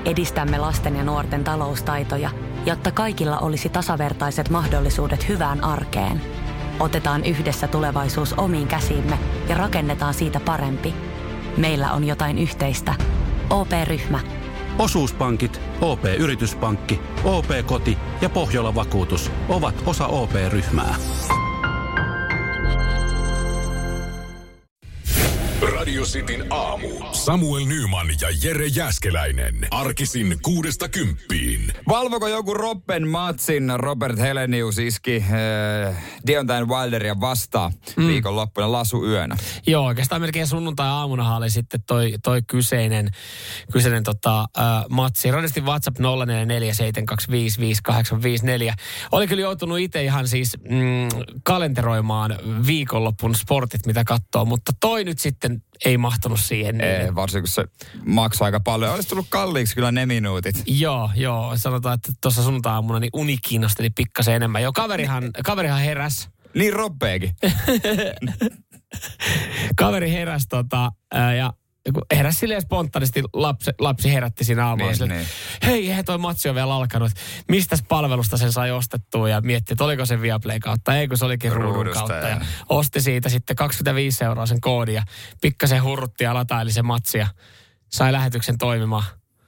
edistämme lasten ja nuorten taloustaitoja, jotta kaikilla olisi tasavertaiset mahdollisuudet hyvään arkeen. Otetaan yhdessä tulevaisuus omiin käsiimme ja rakennetaan siitä parempi. Meillä on jotain yhteistä. OP-ryhmä. Osuuspankit, OP-yrityspankki, OP-koti ja Pohjola-vakuutus ovat osa OP-ryhmää. Radio Cityn aamu. Samuel Nyman ja Jere Jääskeläinen. Arkisin 6–10. Valvoko joku Robben matsin? Robert Helenius iski Deontay Wilderia vastaan viikonloppuna lasuyönä. Joo, oikeastaan melkein sunnuntai-aamunahan oli sitten toi kyseinen matsi. Radistin WhatsApp 0447255854. Oli kyllä joutunut itse ihan siis kalenteroimaan viikonloppun sportit, mitä katsoo, mutta toi nyt sitten ei mahtunut siihen. Ei, varsinkin kun se maksaa aika paljon. Olisi tullut kalliiksi kyllä ne minuutit. Joo. Sanotaan, että tuossa sunnuntai-aamuna niin uni kiinnosteli pikkasen enemmän. Joo, kaverihan heräs. Niin Robbeekin. Kaveri heräs ja heräsi silleen spontaanisti, lapsi herätti siinä aamulla. Niin. Hei, toi matsi on vielä alkanut. Mistäs palvelusta sen sai ostettua ja mietti, että oliko se Viaplay kautta. Ei, kun se olikin ruudun kautta. Ja osti siitä sitten 25 € sen koodin ja pikkasen hurrutti ja lataili se matsi ja sai lähetyksen toimimaan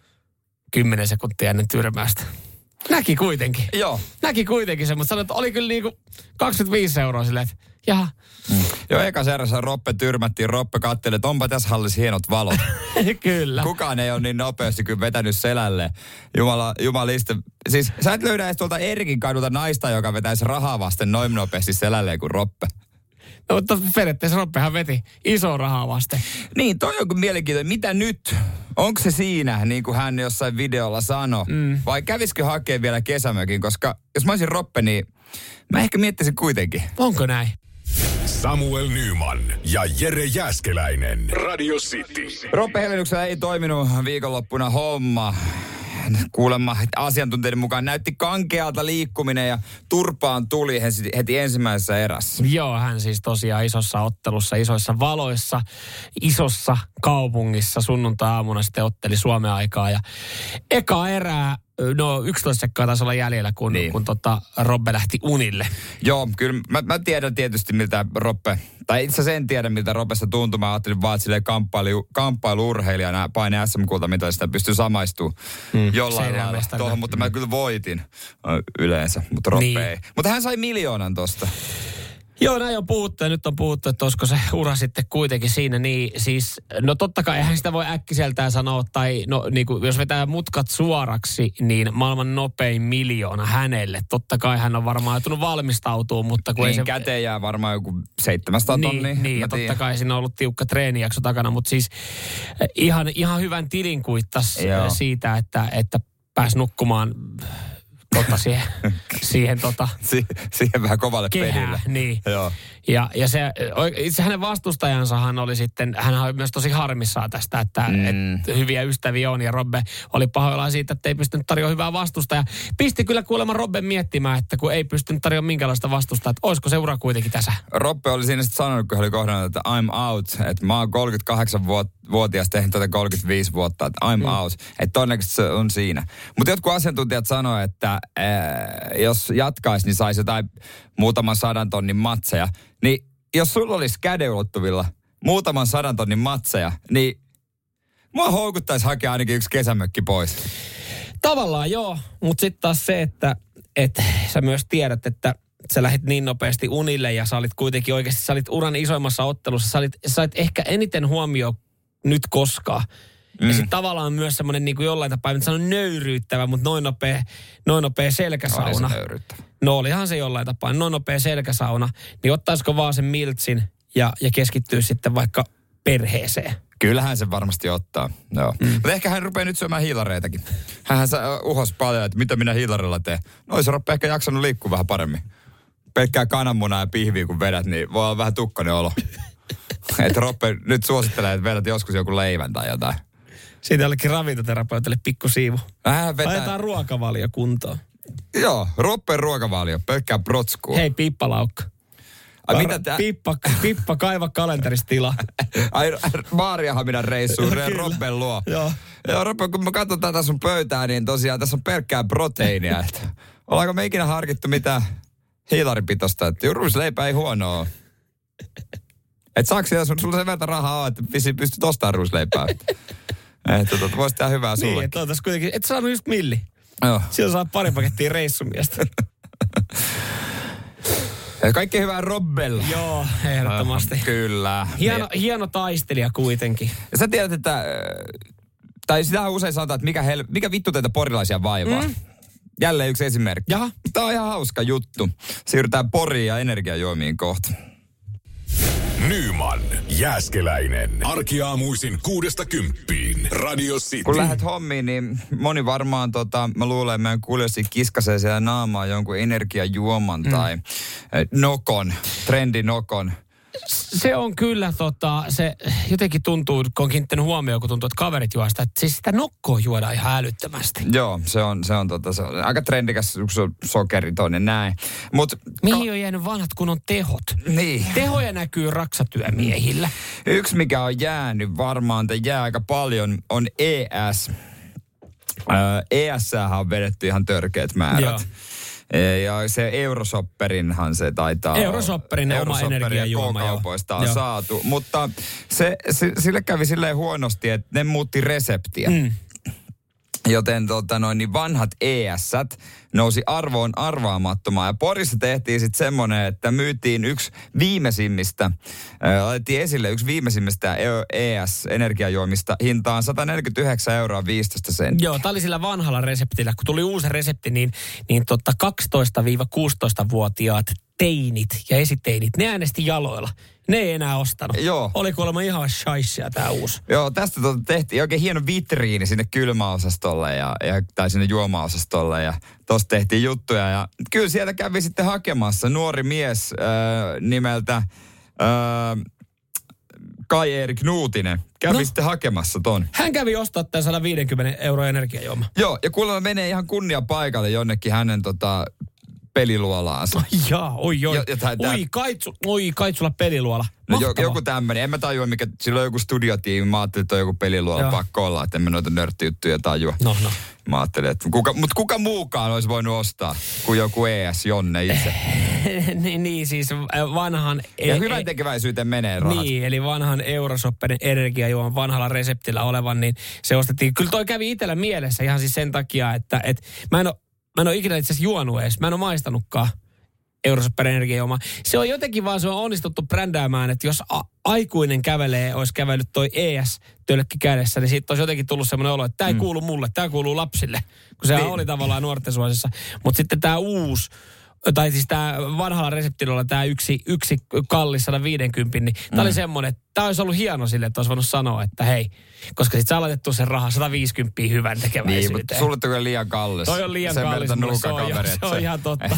10 sekuntia ennen tyrmäystä. Näki kuitenkin. Joo. Näki kuitenkin sen, mutta sanoi, että oli kyllä niinku 25 € silleen, että jaha. Joo, ekas erässä Roppe tyrmättiin. Roppe katseli, että onpa tässä hallissa hienot valot. Kyllä. Kukaan ei ole niin nopeasti kyllä vetänyt selälle. Jumalista. Siis sä et löydä edes tuolta Erikin kadulta naista, joka vetäisi rahaa vasten noin nopeasti selälleen kuin Roppe. No, mutta periaatteessa Roppehan veti isoa rahaa vasten. Niin, toi on mielenkiintoinen. Mitä nyt? Onko se siinä, niin kuin hän jossain videolla sanoi? Vai kävisikö hakea vielä kesämökin? Koska jos mä olisin Roppe, niin mä ehkä miettisin kuitenkin. Onko näin? Samuel Nyman ja Jere Jääskeläinen. Radio City. Roppe Heleniuksella ei toiminut viikonloppuna homma. Kuulemma asiantuntijoiden mukaan näytti kankealta liikkuminen ja turpaan tuli heti ensimmäisessä erässä. Joo, hän siis tosiaan isossa ottelussa, isoissa valoissa, isossa kaupungissa sunnuntai-aamuna sitten otteli Suomen aikaa. Ja eka erää, 11 sekkaa taisi olla jäljellä, kun Robbe lähti unille. Joo, kyllä mä tiedän tietysti miltä Robbe, tai itse asiassa en tiedä miltä Robbesta tuntui. Mä ajattelin vaan, että silleen kamppailu-urheilijana paine SM-kultamitalista pystyy samaistumaan jollain lailla tuohon, mutta mä kyllä voitin yleensä, mutta Robbe ei. Mutta hän sai 1 miljoonan tosta. Joo, näin on puhuttu ja nyt on puhuttu, että olisiko se ura sitten kuitenkin siinä niin, siis, no totta kai eihän sitä voi äkkiseltään sanoa, tai no niin kuin, jos vetää mutkat suoraksi, niin maailman nopein 1 miljoona hänelle. Totta kai hän on varmaan joutunut valmistautumaan, mutta kun niin, ei se... käteen jää varmaan joku 700 tonnia. Niin, ja totta kai siinä on ollut tiukka treenijakso takana, mutta siis ihan hyvän tilin kuittas siitä, että pääsi nukkumaan... siihen vähän kovalle pedille. Niin. Joo. Ja se, itse hänen vastustajansahan oli sitten, hän oli myös tosi harmissaan tästä, että hyviä ystäviä on. Ja Robbe oli pahoillaan siitä, että ei pystynyt tarjoamaan hyvää vastustajaa. Pisti kyllä kuulemma Robben miettimään, että kun ei pystynyt tarjoamaan minkälaista vastustajaa, että olisiko se ura kuitenkin tässä. Robbe oli siinä sitten sanonut, kun hän oli kohdannut, että I'm out. Että mä oon 38-vuotias tehnyt tätä 35 vuotta, että I'm out. Että todennäköisesti se on siinä. Mutta jotkut asiantuntijat sanoivat, että jos jatkaisi, niin saisi jotain muutaman 100 tonnin matseja. Niin jos sulla olisi käden ulottuvilla muutaman 100 tonnin matseja, niin mua houkuttaisi hakea ainakin yksi kesämökki pois. Tavallaan joo, mutta sitten taas se, että sä myös tiedät, että sä lähdit niin nopeasti unille ja sä olit kuitenkin oikeasti, sä olit uran isoimmassa ottelussa, sä sait ehkä eniten huomioon nyt koskaan. Ja sitten tavallaan myös semmoinen niin kuin jollain tapaa, en sanon nöyryyttävä, mutta noin nopea selkäsauna. Oli se nöyryyttävä. No olihan se jollain tapaa, noin nopea selkäsauna. Niin ottaisiko vaan sen miltsin ja keskittyy sitten vaikka perheeseen? Kyllähän se varmasti ottaa, joo. Mutta ehkä hän rupeaa nyt syömään hiilareitakin. Hänhän uhos paljon, että mitä minä hiilarilla teen. No se Roppe ehkä jaksanut liikkua vähän paremmin. Pelkkää kananmunaa ja pihviä kun vedät, niin voi olla vähän tukkainen olo. Että Roppe nyt suosittelee, että vedät joskus joku leivän tai jotain. Siitä jollekin ravintoterapeutille pikku siivu. Laitetaan ruokavalio kuntoon. Joo, Roppen ruokavalio, pelkkää protskua. Hei, pippalaukka. Pippa, kaiva kalenteristila. Ai, Maariahaminan reissuun, Robben luo. Joo, Robben, kun mä katson tätä sun pöytää, niin tosiaan tässä on pelkkää proteiinia. Ollaanko me ikinä harkittu mitään hiilaripitosta, että ruisleipä ei huonoa. Että saako sulla sen verran rahaa, että pystyt ostamaan ruisleipää. Että voisi tehdä hyvää sulle. Niin, että otas kuitenkin, et saanut just milli. Joo. Siellä saa pari pakettia reissumiestä. Kaikki hyvää Robbella. Joo, ehdottomasti. Kyllä. Hieno taistelija kuitenkin. Ja sä tiedät, että tai sitähän usein sanotaan, että mikä vittu teitä porilaisia vaivaa. Jälleen yksi esimerkki. Jaha. Tämä on ihan hauska juttu. Siirrytään Poriin ja energiajuomiin kohta. Nyman, Jääskeläinen. Arkiaamuisin 6–10. Radio City. Kun lähdet hommiin, niin moni varmaan, mä luulen, meidän kuulijoissa kiskasee siellä naamaa jonkun energiajuoman tai nokon, trendinokon. Se on kyllä, se jotenkin tuntuu, kun on kiinnittänyt huomioon, kun tuntuu, että kaverit juo sitä, että siis sitä nokkoa juodaan ihan älyttömästi. Joo, se on aika trendikäs, kun se on sokeriton ja näin. Mihin on jäänyt vanhat, kun on tehot? Niin. Tehoja näkyy raksatyömiehillä. Yksi, mikä on jäänyt varmaan, tai jää aika paljon, on ES. ES-sähän on vedetty ihan törkeät määrät. Joo. Ja se Eurosopperinhan se taitaa... Eurosopperin oma energiajuoma. K-kaupoista on saatu. Mutta sille kävi silleen huonosti, että ne muutti reseptiä. Joten niin vanhat ES-sät nousi arvoon arvaamattomaan. Ja Porissa tehtiin sitten semmoinen, että myytiin laitettiin esille yksi viimeisimmistä ES-energiajuomista hintaan 149,15 €. Joo, tämä oli sillä vanhalla reseptillä. Kun tuli uusi resepti, niin 12–16-vuotiaat teinit ja esiteinit, ne äänesti jaloilla. Ne ei enää ostanut. Joo. Oli kuulemma ihan shaissia tämä uusi. Joo, tästä tehtiin oikein hieno vitriini sinne kylmäosastolle tai sinne juomaosastolle ja tosta tehtiin juttuja. Ja kyllä sieltä kävi sitten hakemassa nuori mies nimeltä Kai-Erik Nuutinen. Kävi sitten hakemassa ton. Hän kävi ostaa tämän 150 € energiajuoma. Joo, ja kuulemma menee ihan kunnia paikalle jonnekin hänen peliluolaansa. Kai sulla peliluola. No joku tämmönen. En mä tajua, mikä... Sillä on joku studiotiimi. Mä ajattelin, että on joku peliluola pakko olla, että en mä noita nörttijuttuja tajua. No. Mä ajattelin, että kuka muukaan olisi voinut ostaa kuin joku ES Jonne itse. niin siis vanhan... Ja hyvän tekeväisyyteen menee rahat. Niin, eli vanhan Eurosopperin energiajuoman vanhalla reseptillä olevan, niin se ostettiin. Kyllä toi kävi itsellä mielessä ihan siis sen takia, että mä en ole ikinä itse asiassa juonut edes. Mä en ole maistanutkaan Eurosopperin energiajuomaa. Se on jotenkin vaan, se on onnistuttu brändäämään, että jos aikuinen olisi kävellyt toi ES-tölkki kädessä, niin siitä olisi jotenkin tullut semmoinen olo, että tämä ei kuulu mulle, tämä kuuluu lapsille. Kun se oli tavallaan nuorten suosissa. Mutta sitten tämä uusi, tai siis tämä vanhalla reseptillä tämä yksi kallis 150, niin tämä oli semmoinen, että tämä olisi ollut hieno sille, että olisi voinut sanoa, että hei, koska sitten sä laitettu sen rahaa 150 hyvän tekeväisyyteen. Niin, mutta sulle tulee liian kallis. Toi on liian kallis, se on ihan totta.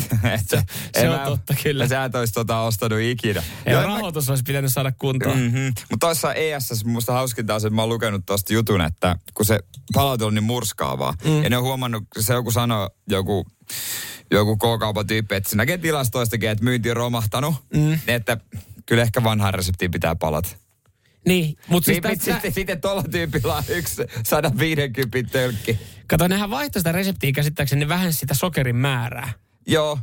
Se on totta, kyllä. Sä et olisi ostanut ikinä. Ja rahoitus olisi pitänyt saada kuntoon. Mutta tuossa ES, minusta hauskinta on se, että mä oon lukenut tuosta jutun, että kun se palaute on niin murskaavaa, ja ne on huomannut, se joku sanoi, joku K-kaupan tyyppi, että se näkee tilastoistakin, että myynti on romahtanut, että kyllä ehkä vanhaan reseptiin pitää palata. Niin, mutta siis sitten tuolla tyypillä on yksi 150 tölkki. Kato, nehän vaihtoi sitä reseptiä käsittääkseni, ne vähensi sitä sokerin määrää. Joo.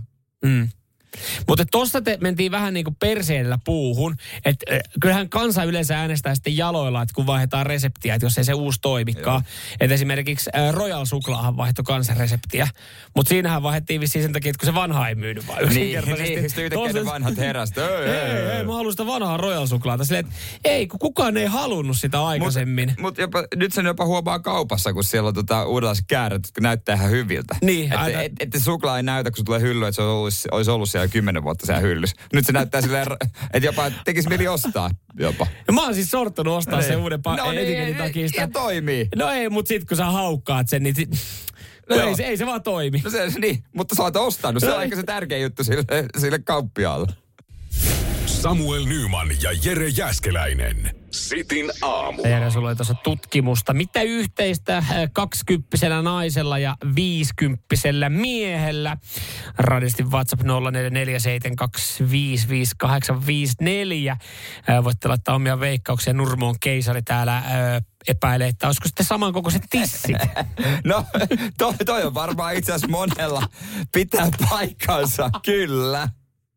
Mutta tuossa mentiin vähän niin kuin perseellä puuhun, että kyllähän kansa yleensä äänestää sitten jaloilla, että kun vaihdetaan reseptiä, että jos ei se uusi toimikaan. Että esimerkiksi Royal Suklaahan vaihtoi kanssa reseptiä, mutta siinähän vaihdettiin vissiin sen takia, että kun se vanha ei myynyt vaan yksinkertaisesti. Niin, sitten yhtäkkiä ne vanhat herästä. Ei, mä haluan sitä vanhaa Royal Suklaata. Silleen, että ei, kun kukaan ei halunnut sitä aikaisemmin. Mutta nyt sen jopa huomaa kaupassa, kun siellä on uudenlaiset käärät, jotka näyttää ihan hyviltä. Niin. Että suklaa ei näytä, kun se tulee hylly, että se olisi ollut siellä 10 vuotta siellä hyllyssä. Nyt se näyttää silleen, että jopa tekisi mieli ostaa jopa. No mä oon siis sortunut ostaa sen uuden etiketin takia. Ja toimii. No ei, mutta sit kun sä haukkaat sen, niin ei se vaan toimi. No niin, mutta sä oot ostanut. Se on aika se tärkeä juttu sille kauppiaalle. Samuel Nyman ja Jere Jääskeläinen. Sitin aamu. Jere, sulla oli tuossa tutkimusta. Mitä yhteistä 20-vuotiaalla naisella ja 50-vuotiaalla miehellä? Radistin WhatsApp 0447255854. Voitte laittaa omia veikkauksia. Nurmoon keisari täällä epäilee, että olisiko sitten samankokoiset tissit? No, toi on varmaan itse asiassa monella pitää paikkansa, kyllä.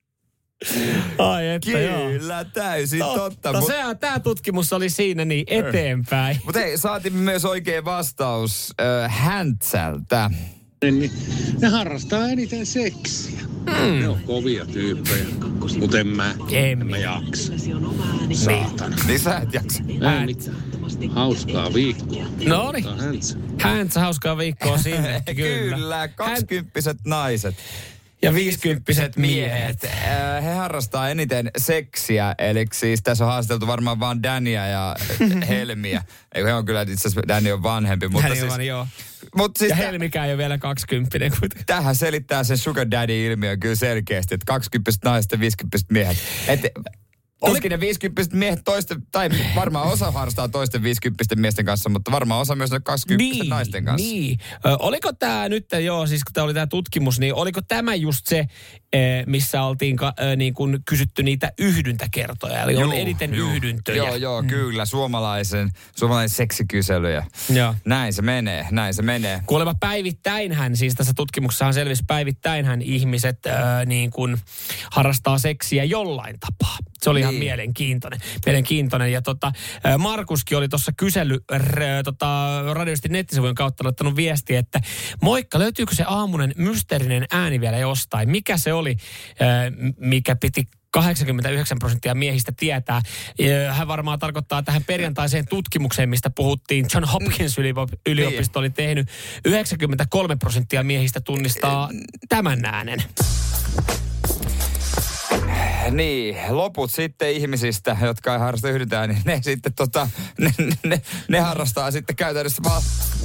Ai että kyllä, täysin totta. Tämä tutkimus oli siinä niin eteenpäin. Mutta hei, saatimme myös oikein vastaus Häntsältä. Ne harrastaa eniten seksiä. Ne on kovia tyyppejä, mutta en mä jaksa. Saatana. Niin sä et jaksa. Hauskaa viikkoa. No niin. Häntsä, hauskaa viikkoa sinne. Kyllä, 20-vuotiaat naiset. Ja 50-vuotiaat miehet. He harrastaa eniten seksiä, eli siis tässä on haasteltu varmaan vaan Dania ja Helmiä. Ei, he on kyllä, itse asiassa Dani on vanhempi, mutta Dani siis... on, joo. Siis ja Helmikään ei ole vielä 20 kuitenkin. Tähän selittää sen sugar daddy-ilmiö kyllä selkeästi, että 20-vuotiaat naiset ja 50-vuotiaat miehet. Tuskin ne 50-vuotiaat miehet tai varmaan osa harrastaa toisten 50-vuotiaiden miesten kanssa, mutta varmaan osa myös 20-vuotiaiden naisten kanssa. Niin. Oliko tämä nyt, siis kun tämä oli tämä tutkimus, niin oliko tämä just se, missä oltiin niin kun kysytty niitä yhdyntäkertoja, eli on eniten yhdyntöjä. Joo, kyllä, suomalaisen seksikyselyjä. Joo. Näin se menee. Kuulemma päivittäinhän, siis tässä tutkimuksessahan selvisi, päivittäinhän ihmiset niin kun harrastaa seksiä jollain tapaa. Se oli ihan mielenkiintoinen. Ja Markuskin oli tuossa kysely radioistin nettisivujen kautta laittanut viestiä, että moikka, löytyykö se aamunen mysteerinen ääni vielä jostain? Mikä se oli, mikä piti 89% miehistä tietää. Hän varmaan tarkoittaa tähän perjantaiseen tutkimukseen, mistä puhuttiin. John Hopkins yliopisto oli tehnyt. 93% miehistä tunnistaa tämän äänen. Niin, loput sitten ihmisistä, jotka ei harrasta yhdentään, niin ne sitten ne harrastaa sitten käytännössä vaan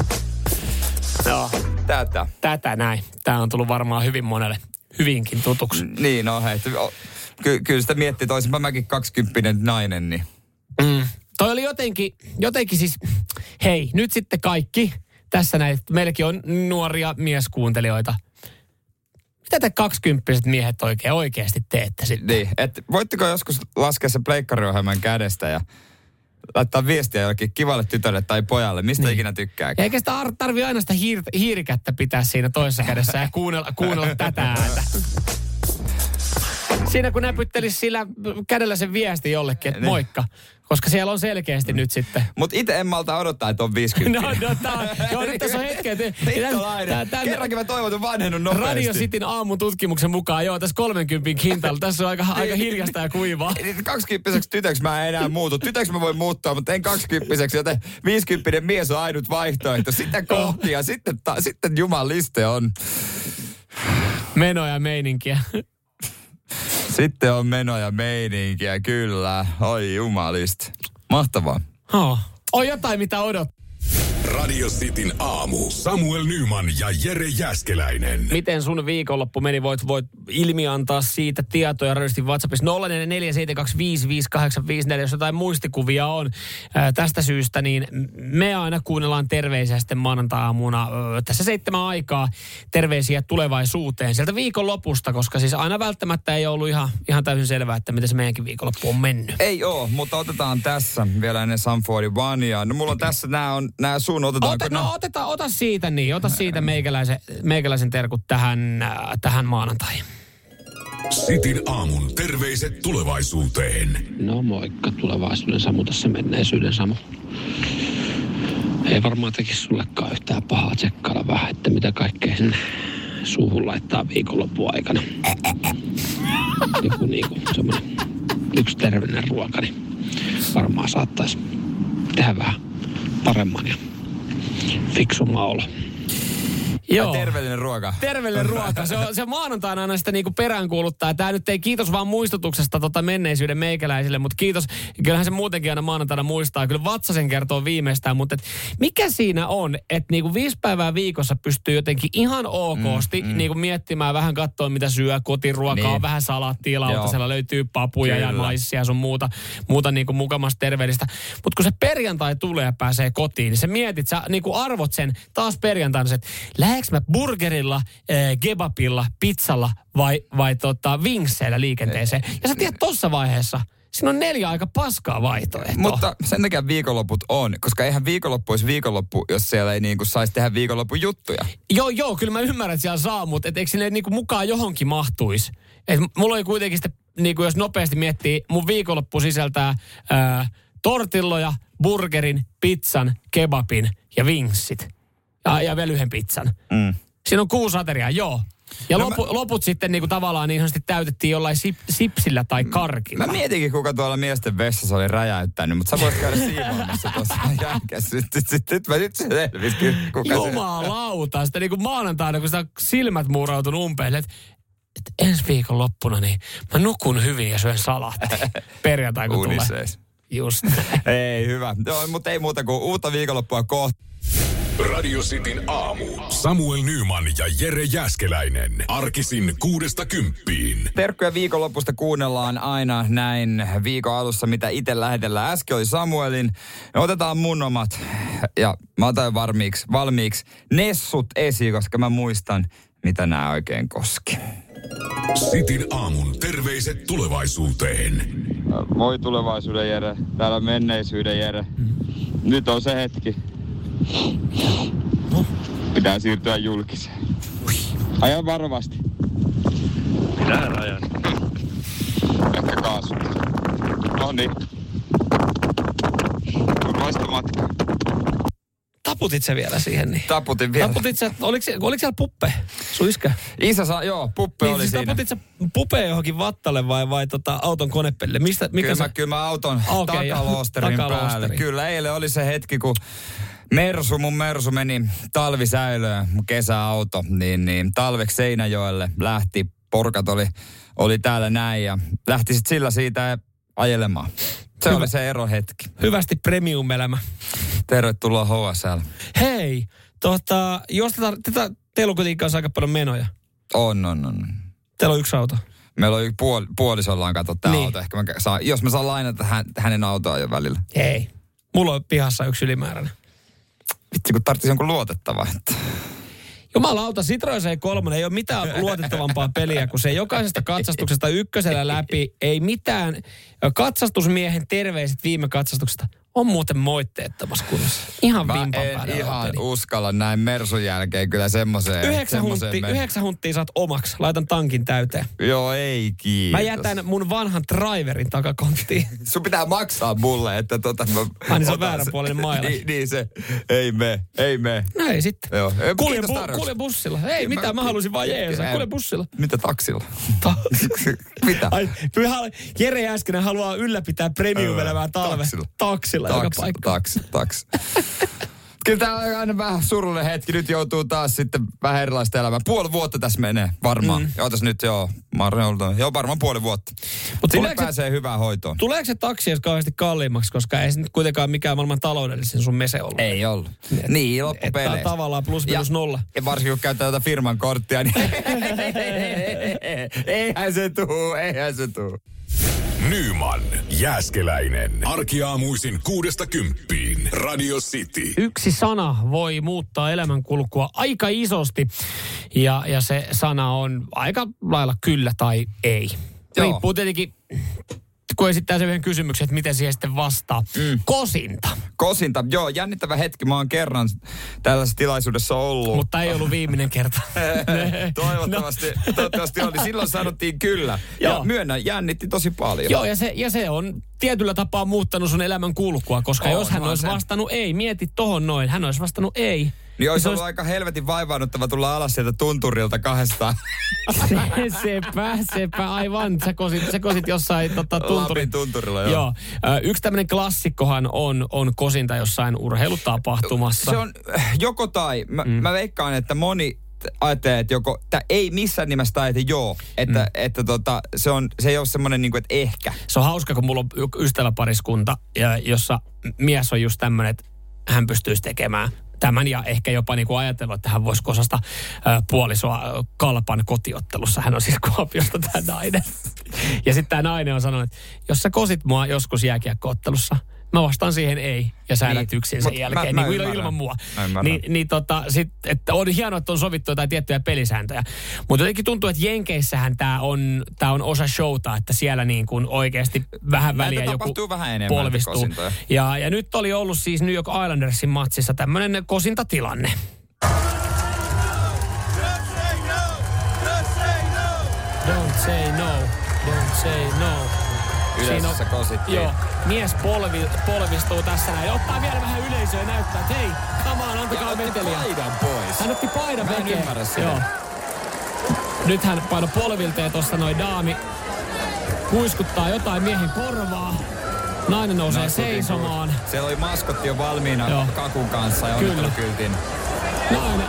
tätä näin. Tämä on tullut varmaan hyvin monelle hyvinkin tutuksi. Niin, no hei, kyllä sitä miettii toisinpä mäkin 20 nainen, niin. Toi oli jotenkin siis, hei, nyt sitten kaikki, tässä näin, meilläkin on nuoria mieskuuntelijoita. Mitä te 20-vuotiaat miehet oikeasti teette sitten? Niin, että voitteko joskus laskea se pleikkariohjelman kädestä ja laittaa viestiä jollekin kivalle tytölle tai pojalle, mistä ikinä tykkääkään. Eikä sitä tarvitse aina sitä hiirikättä pitää siinä toisessa kädessä ja kuunnella tätä ääntä. Siinä kun näpyttelisi sillä kädellä sen viesti jollekin, että moikka. Koska siellä on selkeästi nyt sitten. Mutta itse en malta odottaa, että on 50. Nyt tässä on hetken. Kerrankin mä toivon, että vanhennun nopeasti. Radio Cityn aamun tutkimuksen mukaan, tässä 30 hintalla. Tässä on aika hiljasta ja kuivaa. 20-vuotiaaksi tytöksi mä en enää muutu. Tytöksi mä voin muuttua, mutta en 20-vuotiaaksi, joten 50 mies on ainut vaihtoehto. Sitä kohti ja sitten jumaliste on. Menoja meininkiä. Sitten on menoja meininkiä, kyllä. Oi jumalista. Mahtavaa. On jotain, mitä odot. Radio Cityn aamu. Samuel Nyman ja Jere Jääskeläinen. Miten sun viikonloppu meni? Voit ilmiantaa siitä tietoja radioistin WhatsAppissa 0447255854, jos jotain muistikuvia on. Tästä syystä niin me aina kuunnellaan terveisiä sitten maanantai-aamuna tässä 7 aikaa terveisiä tulevaisuuteen sieltä viikonlopusta, koska siis aina välttämättä ei ollut ihan täysin selvää, että miten se meidänkin viikonloppu on mennyt. Ei oo, mutta otetaan tässä vielä ennen Sum 41. Ja no mulla on tässä nämä sun Ota siitä niin. Ota siitä meikäläisen terkut tähän maanantaihin. Cityn aamun terveiset tulevaisuuteen. No moikka, tulevaisuuden Samu tässä menneisyyden Samu. Ei varmaan tekisi sullekaan yhtään pahaa tsekkailla vähän, että mitä kaikkea sinne suuhun laittaa viikonlopun aikana. Joku semmoinen yksi terveellinen ruoka, niin varmaan saattaisi tehdä vähän paremman ja fiksumman olo. Joo. Terveellinen ruoka. Terveellinen ruoka. Se maanantaina aina sitä niinku peräänkuuluttaa. Tämä nyt ei kiitos vaan muistutuksesta menneisyyden meikäläisille, mutta kiitos. Kyllähän se muutenkin aina maanantaina muistaa. Kyllä Vatsasen kertoo viimeistään, mutta mikä siinä on, että niinku 5 päivää viikossa pystyy jotenkin ihan okosti niinku miettimään, vähän katsoa mitä syö, kotiruokaa, vähän salaattia, lautasella löytyy papuja ja maissia ja sun muuta niinku mukamasta terveellistä. Mutta kun se perjantai tulee ja pääsee kotiin, niin sä mietit, sä niinku arvot sen taas perjantaina, että lähdekö mä burgerilla, kebabilla, pizzalla vai vingsseillä liikenteeseen. Ja sä tiedät tossa vaiheessa, siinä on 4 aika paskaa vaihtoehtoa. Mutta sen takia viikonloput on, koska eihän viikonloppu olisi viikonloppu, jos siellä ei niinku saisi tehdä viikonloppun juttuja. Joo, kyllä mä ymmärrän, että siellä saa, mutta eikö sinne niinku mukaan johonkin mahtuisi? Et mulla oli kuitenkin sitten, niinku jos nopeasti miettii, mun viikonloppu sisältää tortilloja, burgerin, pizzan, kebabin ja vingssit. Ja vielä 1 pizzan. Siinä on 6 ateriaa, joo. Ja loput sitten niinku tavallaan niin sanotusti täytettiin jollain sipsillä tai karkilla. Mä mietinkin, kuka tuolla miesten vessassa oli räjäyttänyt, mutta sä voit käydä siivoamassa tuossa jälkeen. Nyt se selvisi, kuka Jumalauta. Sitten niinku maanantaina, kun sitä silmät muurautunut umpeen, että ensi viikon loppuna niin mä nukun hyvin ja syön salaattia. Perjantai kun tulee. Just. Ei, hyvä. Joo, mutta ei muuta kuin uutta viikonloppua kohta. Radio Cityn aamu. Samuel Nyman ja Jere Jääskeläinen. Arkisin 6–10. Terkkuja viikonlopusta kuunnellaan aina näin viikon alussa, mitä itse lähetellään. Äsken oli Samuelin. Me otetaan mun omat. Ja mä otan valmiiksi nessut esiin, koska mä muistan, mitä nämä oikein koski. Cityn aamun terveiset tulevaisuuteen. Moi tulevaisuuden Jere. Täällä menneisyyden Jere. Nyt on se hetki. Pitää siirtyä julkiseen. Aja varovasti. Mitähän ajan? Ehkä kaasut. Noniin. Turvallista matkaa. Taputit sä vielä siihen? Niin? Taputin vielä. Taputit sä, oliko siellä puppe? Sun iskä? Isä saa, joo, puppe niin, oli siis siinä. Taputit sä puppeen johonkin vattalle vai auton konepelle? Kyllä mä auton takaloosterin päälle. Kyllä, eilen oli se hetki, kun mun Mersu meni talvisäilöön, mun kesäauto, niin talveksi Seinäjoelle lähti. Porkat oli täällä näin ja lähti sit sillä siitä ajelemaan. Se oli se erohetki. Hyvästi premium-elämä. Tervetuloa HSL. Hei, jos teillä on kuitenkin kanssa aika paljon menoja. On. Teillä on 1 auto. Meillä on puolisollaan kato tää auto. Ehkä jos mä saan lainata hänen autoa jo välillä. Hei, mulla on pihassa 1 ylimääräinen. Vitsi, kun tarvitsisi jonkun luotettava. Jumalauta, Citroen C3 ei ole mitään luotettavampaa peliä kuin se jokaisesta katsastuksesta 1 läpi. Ei mitään. Katsastusmiehen terveiset viime katsastuksesta on muuten moitteettomassa kunnossa. Ihan vimpan päälle. En ihan uskalla näin Mersun jälkeen kyllä semmoiseen. 9 hunttia saat omaksi. Laitan tankin täyteen. Joo, ei kiitos. Mä jätän mun vanhan driverin takakonttiin. Sun pitää maksaa mulle, että niin se on vääränpuolinen maila. Niin se. Ei me. No ei sitten. Joo. Kulje bussilla. Ei mitään, mä halusin vaan jeesaa. Kulje bussilla. Mitä taksilla? Mitä? Ai, Jere Jääskeläinen haluaa ylläpitää premium-elämää talve. Taksilla. Taksi. Kyllä tämä on aina vähän surullinen hetki. Nyt joutuu taas sitten vähän erilaista elämää. 5 vuotta tässä menee varmaan. Ootas nyt varmaan 5 vuotta. Mutta sinne pääsee hyvään hoitoon. Tuleeko se taksi edes kauheasti kalliimmaksi, koska ei se nyt kuitenkaan mikään maailman taloudellisin sun mese ollut? Ei ollut. Niin, loppupeleissä. Että tavallaan plus minus 0. Ja varsinkin kun käyttää tätä firman korttia, niin eihän se tuu. Nyman, Jääskeläinen. Arkiaamuisin 6–10. Radio City. 1 sana voi muuttaa elämänkulkua aika isosti. Ja se sana on aika lailla kyllä tai ei. Joo. Riippuu tietenkin, kun esittää sen yhden kysymyksen, että miten siihen sitten vastaa. Kosinta, joo, jännittävä hetki. Mä oon kerran tällaisessa tilaisuudessa ollut. Mutta ei ollut viimeinen kerta. Toivottavasti oli. Silloin sanottiin kyllä. Ja myönnän, jännitti tosi paljon. Joo, ja se on tietyllä tapaa muuttanut sun elämän kulkua, koska jos hän olisi vastannut ei, mieti tohon noin, hän olisi vastannut ei. Niin olisi ollut aika helvetin vaivaannuttava tulla alas sieltä tunturilta 200. Sepä, aivan. Sä kosit jossain Lapin tunturilla, joo. Yksi tämmöinen klassikkohan on kosinta jossain urheilutapahtumassa. Se on joko tai. Mä veikkaan, että moni ajattelen, että joko, ei missään nimessä tai että joo. Että se ei ole semmoinen niin kuin, että ehkä. Se on hauska, kun mulla on ystäväpariskunta, jossa mies on just tämmöinen, että hän pystyisi tekemään tämän ja ehkä jopa niin kuin ajatellut, että hän voisi kosasta puolisoa Kalpan kotiottelussa. Hän on siis Kuopiosta tämä nainen. Ja sitten tämä nainen on sanonut, että jos sä kosit mua joskus jääkiekko-ottelussa, mä vastaan siihen ei ja sä elät yksin sen jälkeen, niin kuin ilman mua. Että on hienoa, että on sovittu jotain tiettyjä pelisääntöjä. Mutta jotenkin tuntuu, että Jenkeissähän tää on osa showta, että siellä niin kuin oikeasti vähän väliä joku vähän polvistuu. Ja nyt oli ollut siis New York Islandersin matsissa tämmöinen kosintatilanne. Don't say no, don't say no. Yleisössä kosittiin. Joo, mies polvistuu tässä näin. Ottaa vielä vähän yleisöä ja näyttää, että hei, come on, antakaa meteliä. Hän otti paidan pois. Hän otti paidan vekeen. Mä en ymmärrä sitä. Joo. Nyt hän painoi polvilta ja tossa noi daami kuiskuttaa jotain miehen korvaa. Nainen nousee seisomaan. Siellä oli maskotti jo valmiina kakun kanssa ja onnittelukyltin. Nainen.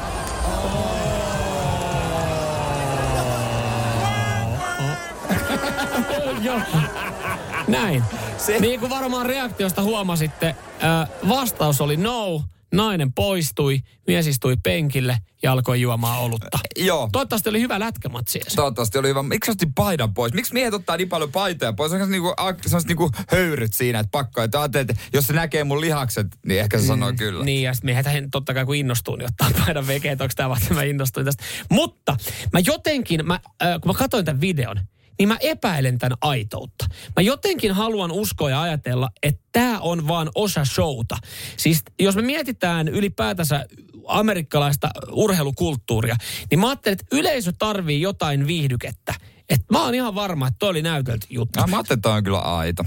Joo. Näin. Niin kuin varmaan reaktiosta huomasitte, vastaus oli no, nainen poistui, mies istui penkille ja alkoi juomaan olutta. Joo. Toivottavasti oli hyvä lätkämatsi. Toivottavasti oli hyvä. Miksi otti paidan pois? Miksi miehet ottaa niin paljon paitoja pois? On sellaiset niinku höyryt siinä, että pakko. Että ajattelee, että jos se näkee mun lihakset, niin ehkä se sanoo kyllä. Niin, ja sitten miehet totta kai kun innostuu, niin ottaa paidan vekeen, että onko tämä vaan, että mä innostuin tästä. Mutta mä jotenkin, kun mä katsoin tämän videon, niin mä epäilen tämän aitoutta. Mä jotenkin haluan uskoa ja ajatella, että tämä on vaan osa showta. Siis jos me mietitään ylipäätänsä amerikkalaista urheilukulttuuria, niin mä ajattelen, että yleisö tarvii jotain viihdykettä. Että mä oon ihan varma, että toi oli näytelty juttu. Mä ajattelin, että toi on kyllä aito.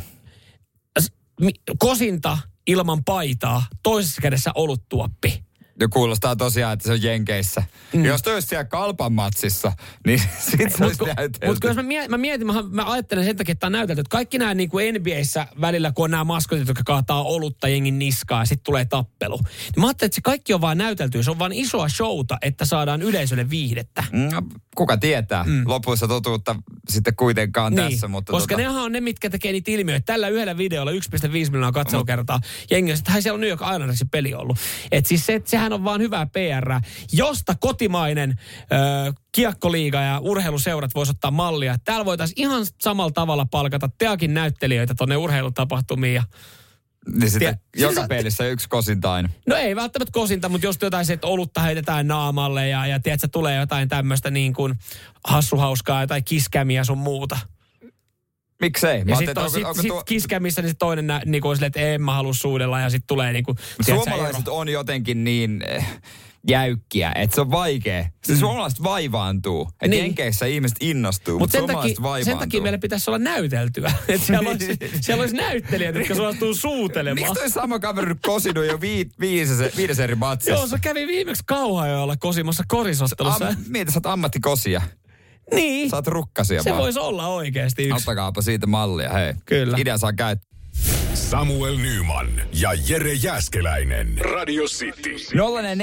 Kosinta ilman paitaa, toisessa kädessä oluttuoppi. Ja kuulostaa tosiaan, että se on Jenkeissä. Jos toi olisi siellä Kalpan matsissa, niin sit se olisi näytelty. Mutta jos mä ajattelen sen takia, että tämä on näytelty, että kaikki nämä niin kuin NBA:ssä välillä, kun on nämä maskotit, jotka kaataa olutta jengin niskaa ja sitten tulee tappelu. Niin mä ajattelen, että se kaikki on vaan näytelty. Se on vaan isoa showta, että saadaan yleisölle viihdettä. Kuka tietää? Lopussa totuutta sitten kuitenkaan niin, tässä. Mutta koska nehän on ne, mitkä tekee niitä ilmiöitä. Tällä yhdellä videolla 1,5 miljoonaa katselukertaa jengi, että siellä on New York Islandersin peli ollut. Että siis sehän on vaan hyvää PR, josta kotimainen kiekkoliiga ja urheiluseurat voisi ottaa mallia. Täällä voitaisiin ihan samalla tavalla palkata teakin näyttelijöitä tonne urheilutapahtumiin ja niin sitten joka pelissä yksi kosinta aina. No ei välttämättä kosinta, mutta jos jotain se, että olutta heitetään naamalle ja tiedätkö, tulee jotain tämmöistä niin kuin hassuhauskaa, jotain kiskämiä sun muuta. Miksei? Ja sitten kiskämissä niin toinen niin kuin silleen, että en mä halua suudella ja sitten tulee niin kuin... Suomalaiset on jotenkin niin jäykkiä, että se on vaikea. Suomalaiset vaivaantuu. Että Jenkeissä ihmiset innostuu, mutta suomalaiset vaivaantuu. Sen takia meillä pitäisi olla näyteltyä. Että siellä olisi näyttelijät, jotka suostuu suutelemaan. Miksi toi sama kaveri kosinut jo viides eri matsissa? Joo, se kävi viimeksi Kauhajoella kosimassa korisottelussa. Mieti, sä oot ammattikosia. Niin. Sä oot rukkasia se vaan. voisi olla oikeasti yksi. Ottakaapa siitä mallia, hei. Kyllä. Idea saa käyttää. Samuel Nyman ja Jere Jääskeläinen. Radio City. 047255854.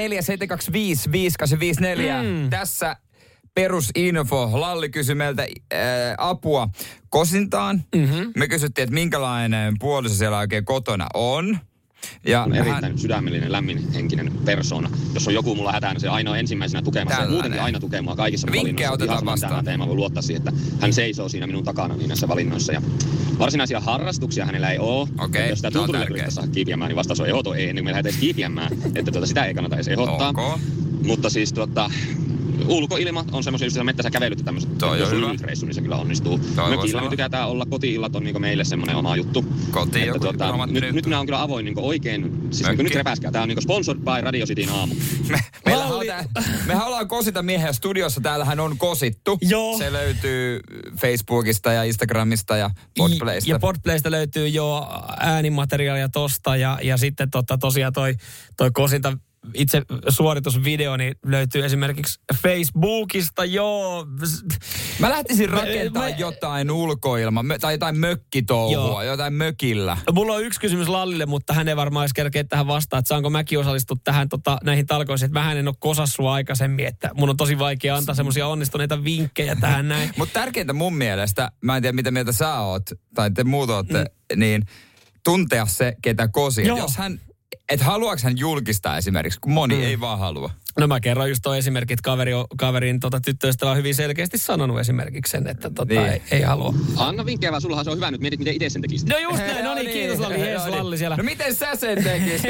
Tässä perusinfo. Lalli kysyi meiltä apua kosintaan. Me kysyttiin, että minkälainen puoliso siellä oikein kotona on. Ja on erittäin sydämellinen, lämminhenkinen persoona. Jos on joku mulla hätään, se aina on ensimmäisenä tukemassa. Ja muutenkin aina tukee mua kaikissa valinnoissa. Ihan vastaan. Mä voin luottaa siihen, että hän seisoo siinä minun takana niin näissä valinnoissa. Ja varsinaisia harrastuksia hänellä ei ole. Okay, jos sitä tunturilla saa kiipiämään, niin vastaus on ehdoton ei, ennen kuin me lähdetään kiipiämään. Että sitä ei kannata edes ehdottaa. Okay. Mutta siis ulkoilmat on semmoisia, jos mettässä kävelyt ja tämmöiset. Jos on lyhytreissu, niin se kyllä onnistuu. Mökillä me tykätään olla. Koti-illat on niin meille semmoinen oma juttu. Nyt minä on kyllä avoin niin oikein. Siis niin nyt repäskää. Tää on niin sponsored by Radio Cityn aamu. Mehän ollaan kosita miehiä studiossa. Täällähän on kosittu. Joo. Se löytyy Facebookista ja Instagramista ja Podplaysta. Ja Podplaysta löytyy jo äänimateriaalia tosta. Ja sitten tosiaan toi kosinta itse suoritusvideo niin löytyy esimerkiksi Facebookista, joo. Mä lähtisin rakentamaan jotain tai jotain mökkitouhua, jotain mökillä. Mulla on yksi kysymys Lallille, mutta hän ei varmaan edes kerkeä tähän vastaan, että saanko mäkin osallistua tähän näihin talkoisiin, että mähän en ole kosassua aikaisemmin, että mun on tosi vaikea antaa semmoisia onnistuneita vinkkejä tähän näin. Mutta tärkeintä mun mielestä, mä en tiedä mitä mieltä sä oot, tai te muut ootte, niin tuntea se, ketä kosi. Jos et haluaako hän julkistaa esimerkiksi, kun moni ei vaan halua. No mä kerron just tuo esimerkki, että kaverin tyttöystävä on hyvin selkeästi sanonut esimerkiksi sen, että ei halua. Anna vinkkejä vaan, sullahan se on hyvä nyt, mietit miten itse sen tekisit. No just näin, no niin, kiitos Lalli, jees Lalli siellä. No miten sä sen tekisit?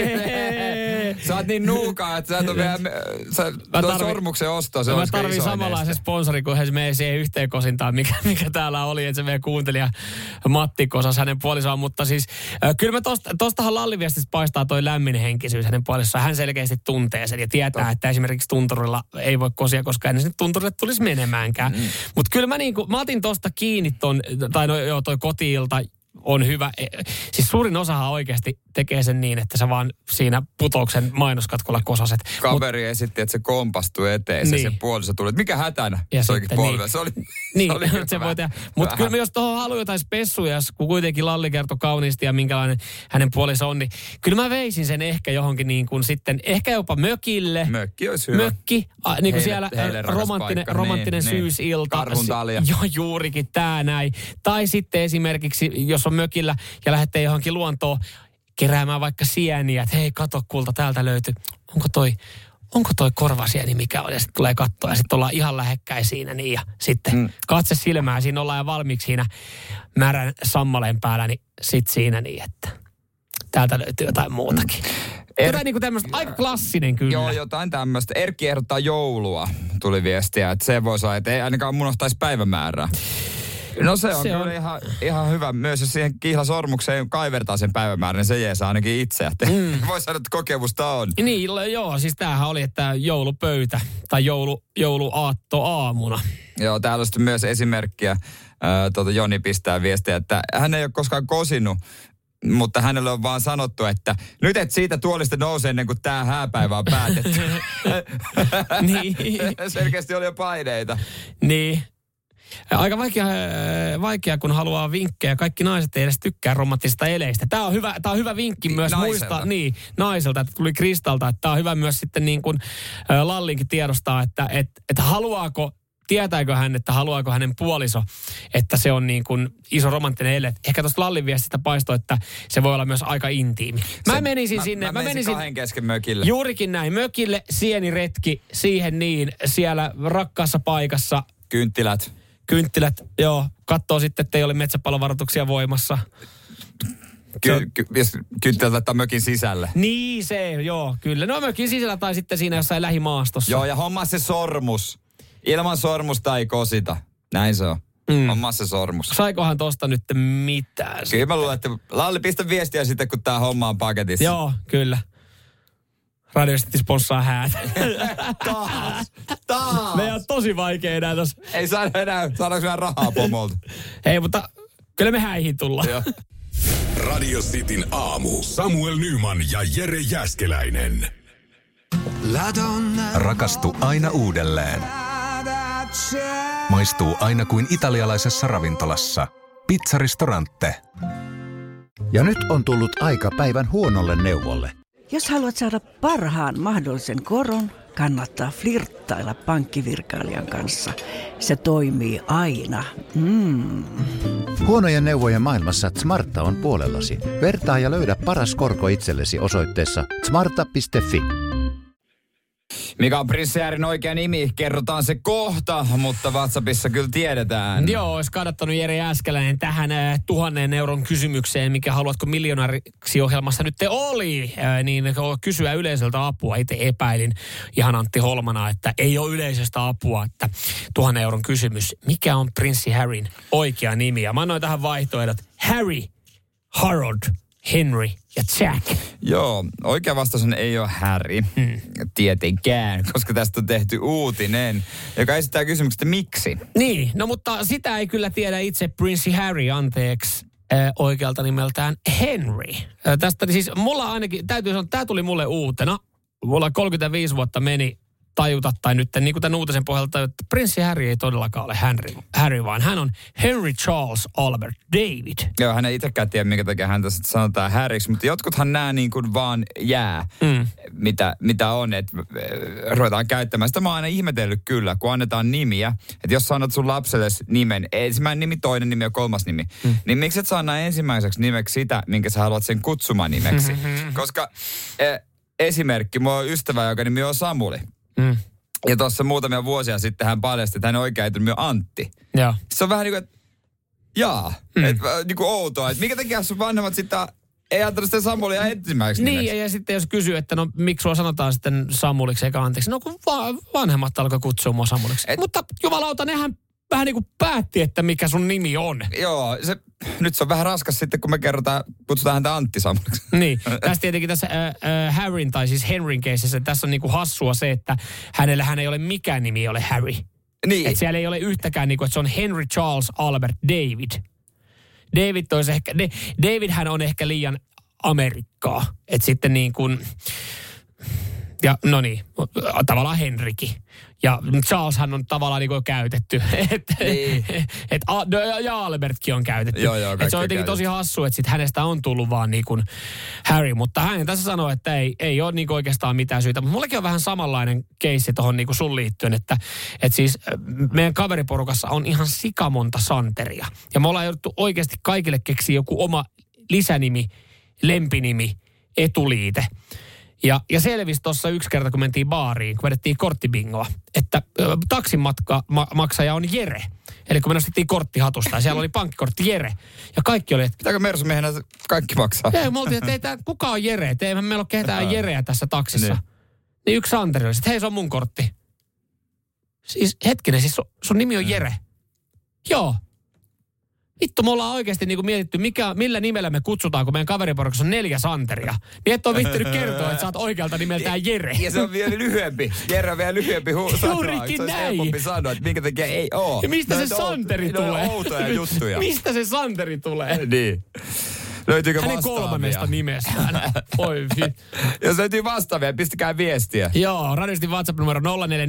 Sä oot niin nuukaa, että sä et ole vielä, tuon sormuksen osto, se mä tarvin samanlaisen sponsori kuin he menee siihen yhteen kosintaan, mikä täällä oli, että se meidän kuuntelija Matti kosasi hänen puolisoaan, mutta siis kyllä mä tostahan Lallin viestistä paistaa toi lämminhenkisyys hänen puolissaan. Hän selkeästi tuntee sen ja tietää, että esimerkiksi tunturilla ei voi kosia, koska ennen sinne tunturille tulisi menemäänkään. Mutta kyllä mä otin tosta kiinni toi koti-ilta on hyvä. Siis suurin osahan oikeasti tekee sen niin, että sä vaan siinä putouksen mainoskatkolla kosaset. Kaveri esitti, että se kompastui eteen. Se puoliso tuli, että mikä hätänä? Ja se olikin polve. Se oli se voi tehdä. Mutta kyllä jos tuohon haluaa jotain spessuja, kun kuitenkin Lalli kertoi kauniisti ja minkälainen hänen puoliso on, niin kyllä mä veisin sen ehkä johonkin niin kuin sitten, ehkä jopa mökille. Mökki olisi hyvä. Niin kuin siellä romanttinen syysilta. Karhuntalia. Joo, juurikin tää näin. Tai sitten esimerkiksi, jos on mökillä ja lähdette johonkin luontoon keräämään vaikka sieniä, että hei, kato kulta, täältä löytyy. Onko toi korvasieni, mikä on? Ja sitten tulee katsoa ja sitten ollaan ihan lähekkäin siinä niin ja sitten katse silmään, siinä ollaan ja valmiiksi siinä märän sammaleen päällä, niin sitten siinä niin, että täältä löytyy jotain muutakin. Jotain niin kuin tämmöistä, aika klassinen kyllä. Joo, jotain tämmöistä. Erkki ehdottaa joulua, tuli viestiä, että se voisi olla, että ei ainakaan unohtaisi päivämäärää. No se on kyllä ihan hyvä. Myös jos siihen kihlasormukseen kaivertaa sen päivämäärän, niin se jeesaa ainakin itse. Voi sanoa, että kokemusta on. Niin, joo. Siis tämähän oli, että joulupöytä tai jouluaatto aamuna. Joo, täällä on sitten myös esimerkkiä. Joni pistää viestiä, että hän ei ole koskaan kosinut, mutta hänelle on vaan sanottu, että nyt et siitä tuolista nouse ennen kuin tämä hääpäivä on päätetty. Niin. Selkeästi oli jo paineita. Niin. Aika vaikea, kun haluaa vinkkejä. Kaikki naiset ei edes tykkää romanttisista eleistä. Tämä on hyvä vinkki myös muistaa. Niin, naiselta, että tuli Kristalta. Että tämä on hyvä myös sitten niin kuin Lallinkin tiedostaa, että tietääkö hän, että haluaako hänen puoliso, että se on niin kuin iso romanttinen ele. Ehkä tuosta Lallin viestistä paistoi, että se voi olla myös aika intiimi. Mä menisin sinne. Mä menisin kahden kesken mökille. Juurikin näin. Mökille, sieniretki, siihen niin, siellä rakkaassa paikassa. Kynttilät, joo. Katsoo sitten, että ei ole metsäpalovaroituksia voimassa. Kynttilät laittaa mökin sisälle. Niin se, joo, kyllä. No mökin sisällä tai sitten siinä jossain lähimaastossa. Joo, ja hommaa se sormus. Ilman sormusta ei kosita. Näin se on. Hommaa se sormus. Saikohan tosta nyt mitään? Kyllä mä luulen, että Lalli, pistä viestiä sitten, kun tää homma on paketissa. Joo, kyllä. Radioisesti sponssaa häät. Taas. Meidän on tosi vaikea enää tossa. Ei saada enää, saadaanko enää rahaa pomolta? Hei, mutta kyllä me häihin tullaan. Radio Cityn aamu. Samuel Nyman ja Jere Jääskeläinen. Rakastu aina uudelleen. Maistuu aina kuin italialaisessa ravintolassa. Pizzaristorante. Ja nyt on tullut aika päivän huonolle neuvolle. Jos haluat saada parhaan mahdollisen koron, kannattaa flirttailla pankkivirkailijan kanssa. Se toimii aina. Huonojen neuvojen maailmassa Smarta on puolellasi. Vertaa ja löydä paras korko itsellesi osoitteessa smarta.fi. Mikä on Prinssi Harryn oikea nimi? Kerrotaan se kohta, mutta WhatsAppissa kyllä tiedetään. Joo, olisi kannattanut Jere Jääskeläinen tähän 1 000 euron kysymykseen, mikä Haluatko miljonääriksi -ohjelmassa nyt te oli, niin kysyä yleisöltä apua. Itse epäilin ihan Antti Holmana, että ei ole yleisöstä apua, että 1 000 euron kysymys. Mikä on Prinssi Harryn oikea nimi? Ja mä annoin tähän vaihtoehdot. Harry, Harold, Henry ja Jack. Joo, oikea vastaus ei ole Harry, tietenkään, koska tästä on tehty uutinen, joka esittää kysymyksen, että miksi? Niin, no mutta sitä ei kyllä tiedä itse Prinssi Harry, anteeksi, oikealta nimeltään Henry. Tästä siis mulla ainakin, täytyy sanoa, tämä tuli mulle uutena. mulla 35 vuotta meni tajuta, tai nyt niin kuin tämän uutisen pohjalta, että prinssi Harry ei todellakaan ole Harry, vaan hän on Henry Charles Albert David. Joo, hän ei itsekään tiedä, minkä takia häntä sanotaan Harryksi, mutta jotkuthan nämä niin kuin vaan jää, mitä on, että ruvetaan käyttämään. Sitä mä oon aina ihmetellyt kyllä, kun annetaan nimiä, että jos sanot sun lapselle nimen, ensimmäinen nimi, toinen nimi ja kolmas nimi, niin miksi et saa anna ensimmäiseksi nimeksi sitä, minkä sä haluat sen kutsumaan nimeksi? Koska esimerkki, mulla on ystävä, joka nimi on Samuli. Ja tuossa muutamia vuosia sitten hän paljasti, että hänen oikea etynimi on Antti. Ja. Se on vähän niin kuin, että niin kuin outoa, että minkä takia sun vanhemmat sitten ei antanut sitä Samulia ensimmäiseksi nimeksi. Niin, ja sitten jos kysyy, että no miksi sua sanotaan sitten Samuliksi eikä Antiksi, no kun vanhemmat alkoi kutsua mua Samuliksi. Mutta jumalauta, nehän vähän niin kuin päätti, että mikä sun nimi on. Joo, nyt se on vähän raskas sitten, kun me kutsutaan häntä Antti Samuliksi. Niin, tässä tietenkin tässä Harryn tai siis Henryn keisissä, tässä on niin kuin hassua se, että hänellähän ei ole mikään nimi, ei ole Harry. Niin. Että siellä ei ole yhtäkään niin kuin, että se on Henry Charles Albert David. Davidhän on ehkä liian Amerikkaa. Että sitten niin kuin, ja no niin, tavallaan Henrikin. Ja Charleshan on tavallaan niin kuin käytetty. Ja Albertkin on käytetty. Joo, se on jotenkin tosi hassu, että sit hänestä on tullut vaan niin kuin Harry. Mutta hän tässä sanoo, että ei ole niin kuin oikeastaan mitään syytä. Mutta mullakin on vähän samanlainen keissi tuohon niin kuin sun liittyen, että siis meidän kaveriporukassa on ihan sikamonta santeria. Ja me ollaan jouduttu oikeasti kaikille keksiä joku oma lisänimi, lempinimi, etuliite. Ja selvisi tuossa yksi kerta, kun mentiin baariin, kun vedettiin korttibingoa, että taksin maksaja on Jere. Eli kun me nostettiin korttihatusta ja siellä oli pankkikortti Jere. Ja kaikki oli, että pitääkö Mersumiehenä kaikki maksaa? Ei, me oltiin, että kuka on Jere? Että eihän meillä ole ketään Jereä tässä taksissa. Niin yksi Santeri oli, että hei, se on mun kortti. Siis hetkinen, siis sun nimi on Jere. Joo. Vittu, me ollaan oikeasti niinku mietitty, millä nimellä me kutsutaan, kun meidän kaveriporukassa on 4 Santeria. Niin et ole viittynyt kertoa, että sä oot oikealta nimeltään Jere. Ja se on vielä lyhyempi. Jere on vielä lyhyempi juurikin näin. Se on helpompi sanoa, että minkä takia ei oo. Ja mistä se Santeri tulee? Ne on outoja juttuja. Mistä se Santeri tulee? Niin. Löytyykö hänen vastaavia? 3 nimestään. Oi jos löytyy vastaavia, pistäkää viestiä. Joo, radistin WhatsApp-numero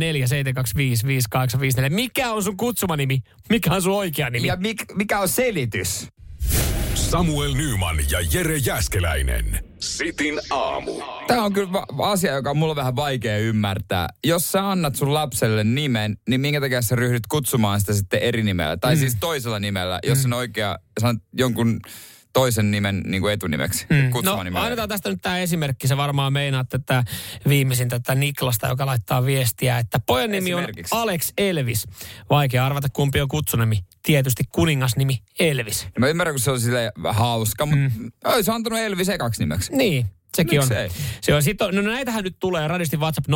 0447255854. Mikä on sun kutsumanimi? Mikä on sun oikea nimi? Ja mikä on selitys? Samuel Nyman ja Jere Jääskeläinen. Sitin aamu. Tämä on kyllä asia, joka on mulla vähän vaikea ymmärtää. Jos sä annat sun lapselle nimen, niin minkä takia sä ryhdyt kutsumaan sitä sitten eri nimellä? Tai siis toisella nimellä, jos on oikea, sanot jonkun toisen nimen niin kuin etunimeksi. No annetaan tästä nyt tämä esimerkki. Se varmaan meinaat tätä viimeisin tätä Niklasta, joka laittaa viestiä, että pojan nimi on Alex Elvis. Vaikea arvata, kumpi on kutsunimi. Tietysti kuningasnimi Elvis. No mä ymmärrän, kun se on silleen hauska, mutta olisi antanut Elvis ekaksi nimeksi. Niin. Sekin on. Se on. No näitähän nyt tulee. Radistin WhatsApp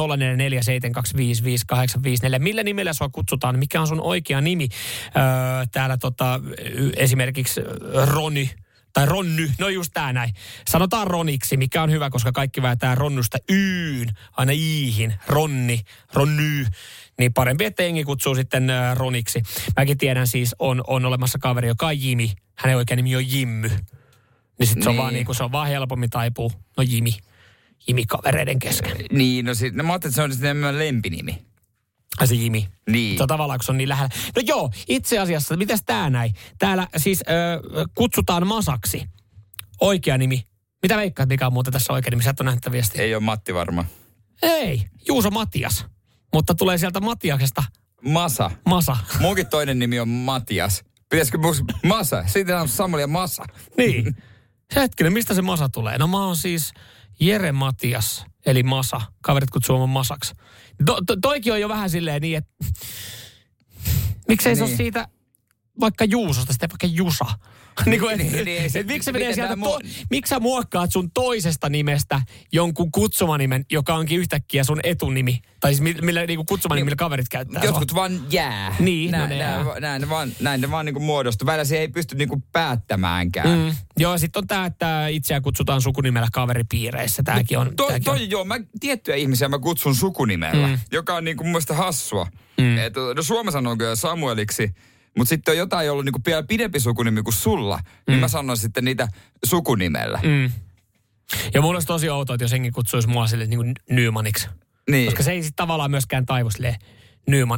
0447255854. Millä nimellä sua kutsutaan? Mikä on sun oikea nimi? Täällä esimerkiksi Roni. Tai Ronny, no just tää näin. Sanotaan Roniksi, mikä on hyvä, koska kaikki väätää Ronnusta Yyn, aina Iihin. Ronni, Ronny. Niin parempi, että jengi kutsuu sitten Roniksi. Mäkin tiedän siis, on olemassa kaveri, joka on Jimi. Hänen oikea nimi on Jimmy. Niin sit se on vaan niinku, se on vaan helpommin taipuu. No Jimi kavereiden kesken. Niin, no mä ajattelin, että se on sitten enemmän lempinimi. Se Jimi. Niin. Se on tavallaan, kun se on niin lähellä. No joo, itse asiassa, mitäs tää näin? Täällä siis kutsutaan Masaksi. Oikea nimi. Mitä veikkaat, mikä on muuten tässä oikea nimi? Sä et ole nähnyt tätä viestiä. Ei ole Matti varmaan. Ei, Juuso Matias. Mutta tulee sieltä Matiaksesta. Masa. Munkin toinen nimi on Matias. Pitäisikö Masa? Siitä on Samuel ja Masa. Niin. Hetkinen, mistä se Masa tulee? No mä oon siis Jere Matias, eli Masa. Kaverit kutsuu oman Masaksi. Toikin on jo vähän silleen niin, että miksei se ole siitä vaikka Juusosta, sitten vaikka Jusa. Miksi sä muokkaat sun toisesta nimestä jonkun kutsumanimen, joka onkin yhtäkkiä sun etunimi? Tai siis millä niinku kutsumanimillä kaverit käyttää. Jotkut vaan jää. Niin, näin ne vaan niinku muodostuu. Välillä se ei pysty niinku päättämäänkään. Joo, sit on tää, että itseään kutsutaan sukunimellä kaveripiireissä. Tääkin on. Joo, tiettyjä ihmisiä mä kutsun sukunimellä, joka on niinku mun mielestä hassua. No Suomessa sanoo kyllä Samueliksi. Mutta sitten on jotain ollut niinku vielä pidempi sukunimi kuin sulla, niin mä sanon sitten niitä sukunimellä. Ja mulla olisi tosi outoa, että jos henki kutsuisi mua silleen niin kuin Nymaniksi. Niin. Koska se ei sitten tavallaan myöskään taivu silleen Nyman.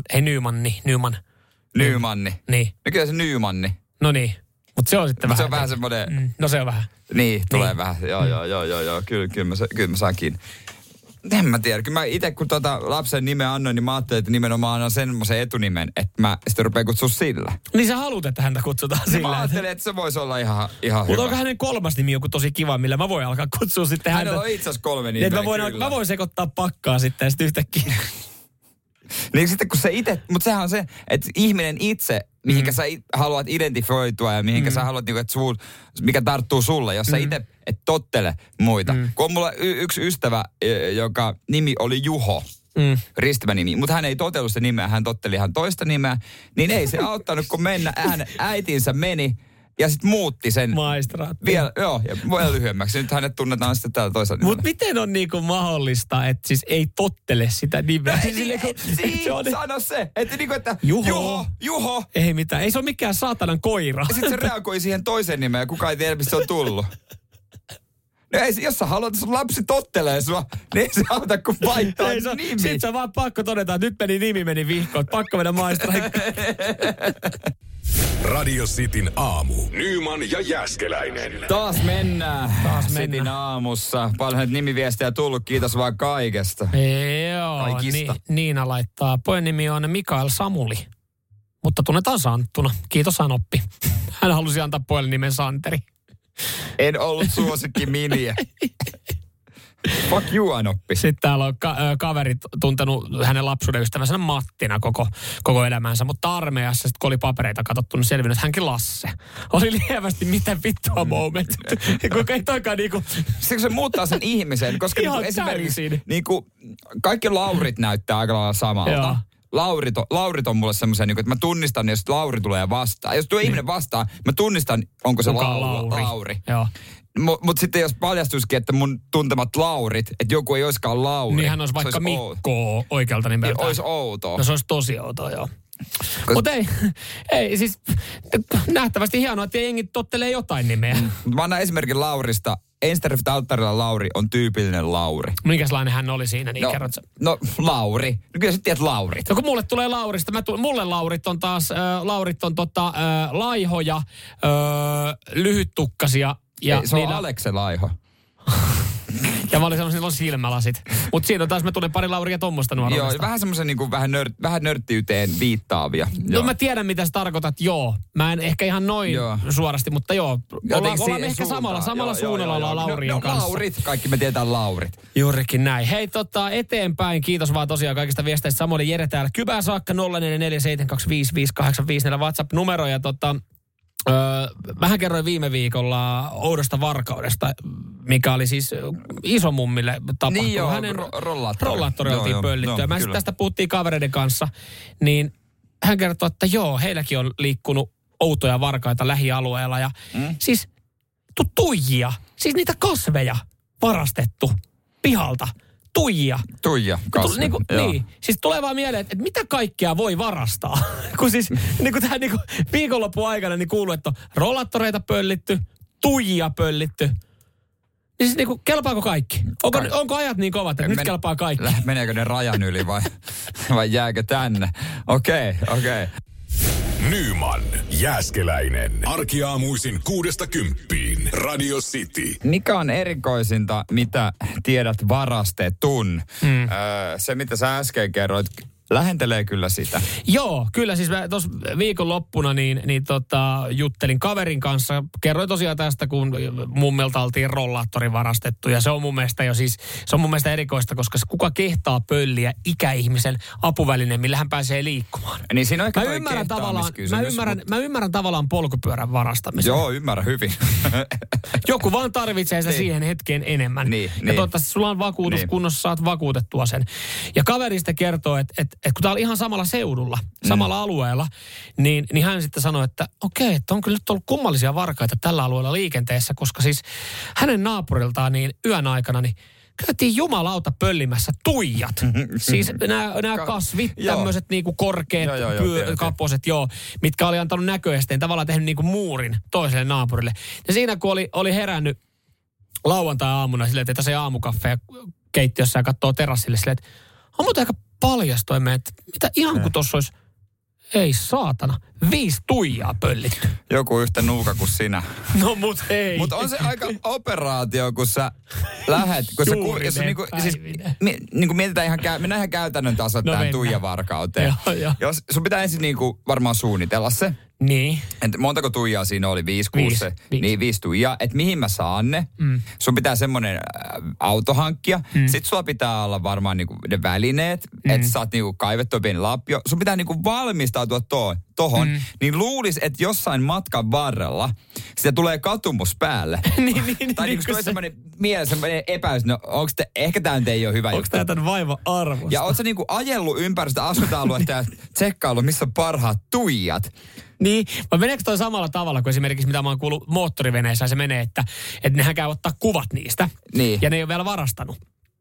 Niin. No kyllä se Nymanni. No niin. Mutta se on sitten vähän. Se on vähän semmoinen. No se on vähän. Niin, tulee vähän. Joo. Kyllä mä saan kiinni. En mä tiedä. Kyllä mä itse kun lapsen nimeä annoin, niin mä ajattelin, että nimenomaan annan semmoisen etunimen, että mä sitten rupean kutsua sillä. Niin sä haluat, että häntä kutsutaan sillä. Mä ajattelin, että se voisi olla ihan hyvä. Mutta onko hänen kolmas nimi joku tosi kiva, millä mä voin alkaa kutsua sitten häntä? Hänellä on itse asiassa 3 nimeä, mä voin sekoittaa pakkaa sitten yhtäkkiä. Niin sitten kun se itse, mutta sehän on se, että ihminen itse, mihinkä sä haluat identifioitua ja mihinkä sä haluat, että mikä tarttuu sulle, jos sä itse et tottele muita. Kun on mulla yksi ystävä, joka nimi oli Juho, ristimänimi, mutta hän ei totellut se nimeä, hän totteli ihan toista nimeä, niin ei se auttanut, kun äitinsä meni ja sitten muutti sen. Maistraatti. Vielä lyhyemmäksi. Nyt hänet tunnetaan sitten täällä toisaalta. Mutta miten on niinku mahdollista, että siis ei tottele sitä nimeä? Sano se, että niinku, että Juho. Ei mitään, ei se ole mikään saatanan koira. Ja sitten se reagoi siihen toiseen nimeen ja kukaan ei tiedä, mistä se on tullut. No ei, jos sä haluat, että sun lapsi tottelee sua, niin ei se auta, kun vaihtaa nimi. Sitten se on vaan pakko todeta, että nyt nimi meni vihkoon, pakko mennä maistraikkaan. Radio Cityn aamu. Nyman ja Jääskeläinen. Taas mennään. Cityn aamussa. Paljon nimiviestejä tullut. Kiitos vaan kaikesta. Joo. Niina laittaa. Pojan nimi on Mikael Samuli. Mutta tunnetaan Santtuna. Kiitos Anoppi. Hän halusi antaa pojalle nimen Santeri. En ollut suosikki Miniä. Fuck you, Anoppi. Sitten täällä on kaveri tuntenut hänen lapsuuden ystävänsä Mattina koko elämänsä, mutta armeijassa sitten kun oli papereita katsottu, niin selvinnyt, että hänkin Lasse. Oli lievästi mitä vittua moment. Kuinka ei toikaan niinku. Sitten se muuttaa sen ihmisen, koska niinku esimerkiksi niinku, kaikki Laurit näyttää aika lailla samalta. Joo. Laurit on mulle semmoisen, että mä tunnistan, jos Lauri tulee vastaan. Jos tuo ihminen vastaa, mä tunnistan, onko se Lauri. Joo. Mutta sitten jos paljastuisikin, että mun tuntemat Laurit, että joku ei olisikaan Lauri. Niin hän olisi vaikka Mikko oikealta nimeltään. Niin olisi outoa. No se olisi tosi outoa, joo. Mutta ei siis nähtävästi hienoa, että jengi tottelee jotain nimeä. Mä annan esimerkin Laurista. Ensterifit alttarilla Lauri on tyypillinen Lauri. Minkälainen hän oli siinä, niin kerrot sä? No Lauri. No kyllä sä tiedät Laurit. No kun mulle tulee Laurista, mulle Laurit on taas, laihoja, lyhyttukkasia. Ja ei, se on Alekse Laiho. Ja mä olin sellaisen silmälasit. Mutta siinä taas mä tunnen pari Lauria tommoista nuoruudesta. Joo, vähän semmoisen niin vähän nörttiyteen viittaavia. No mä tiedän, mitä sä tarkoitat, joo. Mä en ehkä ihan noin suorasti, mutta joo. Ollaan ehkä samalla suunnalla ollaan Laurien kanssa. Laurit, kaikki me tiedetään Laurit. Juurikin näin. Hei eteenpäin, kiitos vaan tosiaan kaikista viesteistä. Samoin Jere täällä. Kybää saakka 0447255854 WhatsApp-numero ja mähän kerroin viime viikolla oudosta varkaudesta, mikä oli siis isomummille tapahtunut. Niin joo, hänen rollaattori oltiin pöllittyä. Mä tästä puhuttiin kavereiden kanssa, niin hän kertoi, että joo, heilläkin on liikkunut outoja varkaita lähialueella. Ja siis tuijia, siis niitä kasveja varastettu pihalta. Tuija, kasvi. Niin, siis tulee vaan mieleen, että mitä kaikkea voi varastaa. Kun siis tähän viikonlopun aikana niin kuuluu, että on rollattoreita pöllitty, tuijia pöllitty. Niin siis kelpaako kaikki? Onko ajat niin kovat, että nyt kelpaa kaikki? Meneekö ne rajan yli vai jääkö tänne? Okei. Nyman, Jääskeläinen. Arkiaamuisin 6–10. Radio City. Mikä on erikoisinta, mitä tiedät varastetun? Se, mitä sä äsken kerroit, lähentelee kyllä sitä. Joo, kyllä siis tuossa viikonloppuna juttelin kaverin kanssa. Kerroin tosiaan tästä, kun mummelta oltiin rollaattori varastettu. Ja se on mun mielestä erikoista, koska kuka kehtaa pölliä ikäihmisen apuvälineen, millä hän pääsee liikkumaan. Niin siinä on ehkä mä ymmärrän tavallaan polkupyörän varastamisen. Joo, ymmärrän hyvin. Joku vaan tarvitsee sitä siihen hetkeen enemmän. Niin. Ja toivottavasti sulla on vakuutus kunnossa, saat vakuutettua sen. Ja kaverista kertoo, että kun tää oli ihan samalla seudulla, samalla alueella, niin hän sitten sanoi, että okei, että on kyllä nyt ollut kummallisia varkaita tällä alueella liikenteessä, koska siis hänen naapuriltaan niin yön aikana niin käytiin jumalauta pöllimässä tuijat. Siis nämä kasvit, tämmöiset niinku korkeat kaposet, mitkä oli antanut näköesteen, tavallaan tehnyt niinku muurin toiselle naapurille. Ja siinä kun oli herännyt lauantai-aamuna silleen, että se aamukaffeja keittiössä ja katsoo terassille silleen, että on muuten aika paljas toi meidän, että mitä ihan kuin tossa olisi, ei saatana, 5 tuijaa pöllitty. Joku yhtä nuuka kuin sinä. No mut ei. Mutta on se aika operaatio, kun sä lähet, kun sä niinku mietitään mennään ihan käytännön tasolla tähän tuijavarkauteen. Jos sun pitää ensin niinku varmaan suunnitella se. Niin. Että montako tuijaa siinä oli? 5, 6? Niin, 5 tuijaa. Että mihin mä saan ne. Sun pitää semmoinen auto hankkia. Sitten sulla pitää olla varmaan niinku ne välineet. Että sä oot niinku kaivettua pieni lapio. Sun pitää niinku valmistautua tohon. Niin luulis, että jossain matkan varrella sitä tulee katumus päälle. Tai niinku tulee semmoinen epäys. No ehkä tää nyt ei ole hyvä. Onko tää tän vaivan arvosta? Ja oot sä niinku ajellut ympäri sitä asunta-aluetta ja tsekkaillut, missä on parhaat tuijat. Niin, vai meneekö toi samalla tavalla kuin esimerkiksi mitä mä oon kuullut moottoriveneissä se menee, että nehän käy ottaa kuvat niistä. Niin. Ja ne ei ole vielä varastanut.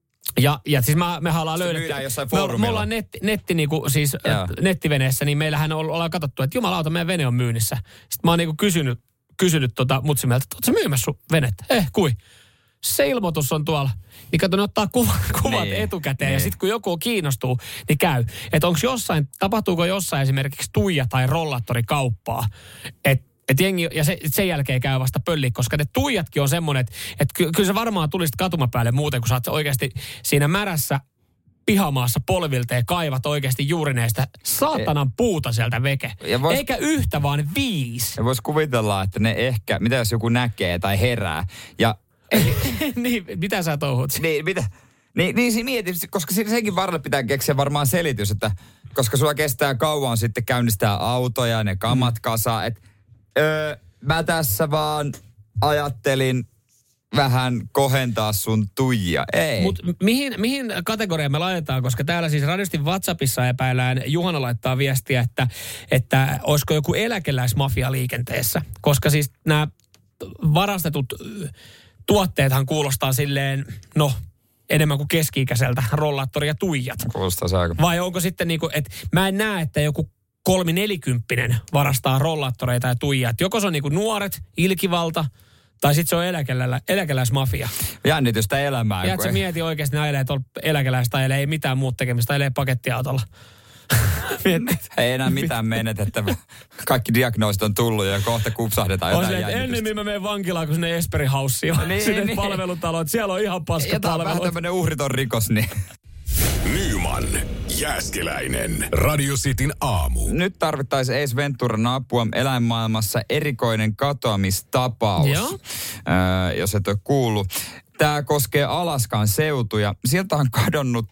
Ja siis me ollaan löydetty. Me ollaan netti niinku siis nettiveneessä, niin meillähän ollaan katsottu, että jumalauta, meidän vene on myynnissä. Sitten mä oon niinku kysynyt mutsimeltä, että ootko sä myymässä sun venettä? Kui? Se ilmoitus on tuolla. Niin kato, ne ottaa kuvat etukäteen ja sitten kun joku kiinnostuu, niin käy. Että tapahtuuko jossain esimerkiksi tuija- tai rollaattorikauppaa, että jengi, ja sen jälkeen käy vasta pölli, koska ne tuijatkin on semmoinen, että kyllä se varmaan tulisit katumapäälle muuten, kun sä oot oikeasti siinä märässä pihamaassa polvilta ja kaivat oikeasti juurineista saatanan puuta sieltä veke. Eikä yhtä, vaan 5. Ja vois kuvitella, että ne ehkä, mitä jos joku näkee tai herää, ja niin, mitä sä touhut? Niin mietin, koska senkin varrelle pitää keksiä varmaan selitys, että koska sulla kestää kauan sitten käynnistää autoja ja ne kamat kasaan, että mä tässä vaan ajattelin vähän kohentaa sun tuijia. Ei. Mut mihin kategoriaan me laitetaan, koska täällä siis radistin WhatsAppissa epäillään, Juhana laittaa viestiä, että olisiko joku eläkeläismafia liikenteessä, koska siis nämä varastetut tuotteethan kuulostaa silleen, enemmän kuin keski-ikäiseltä, rollaattori ja tuijat. Kuulostaa se aika. Vai onko sitten niinku, että mä en näe, että joku 3-40 varastaa rollaattoreita ja tuijaa. Että joko se on niinku nuoret, ilkivalta, tai sitten se on eläkeläismafia. Jännitystä elämään. Ja että se mieti oikeasti, ne ajelee tuolla eläkeläistä, ei mitään muuta tekemistä, ajelee pakettiautolla. Ei enää mitään menetettävää. Kaikki diagnoosit on tullut ja kohta kupsahdetaan jotain jännitystä. Ennemmin mä menen vankilaan, kun sinne Esperi Haussiin sinne palvelutaloon. Siellä on ihan paska palvelut. Ja vähän tämmönen uhriton rikos, niin. Nyman, Jääskeläinen, Radio Cityn aamu. Nyt tarvittaisiin Ace Venturan apua eläinmaailmassa erikoinen katoamistapaus. Joo. Jos et ole kuullut. Tämä koskee Alaskan seutuja. Sieltä on kadonnut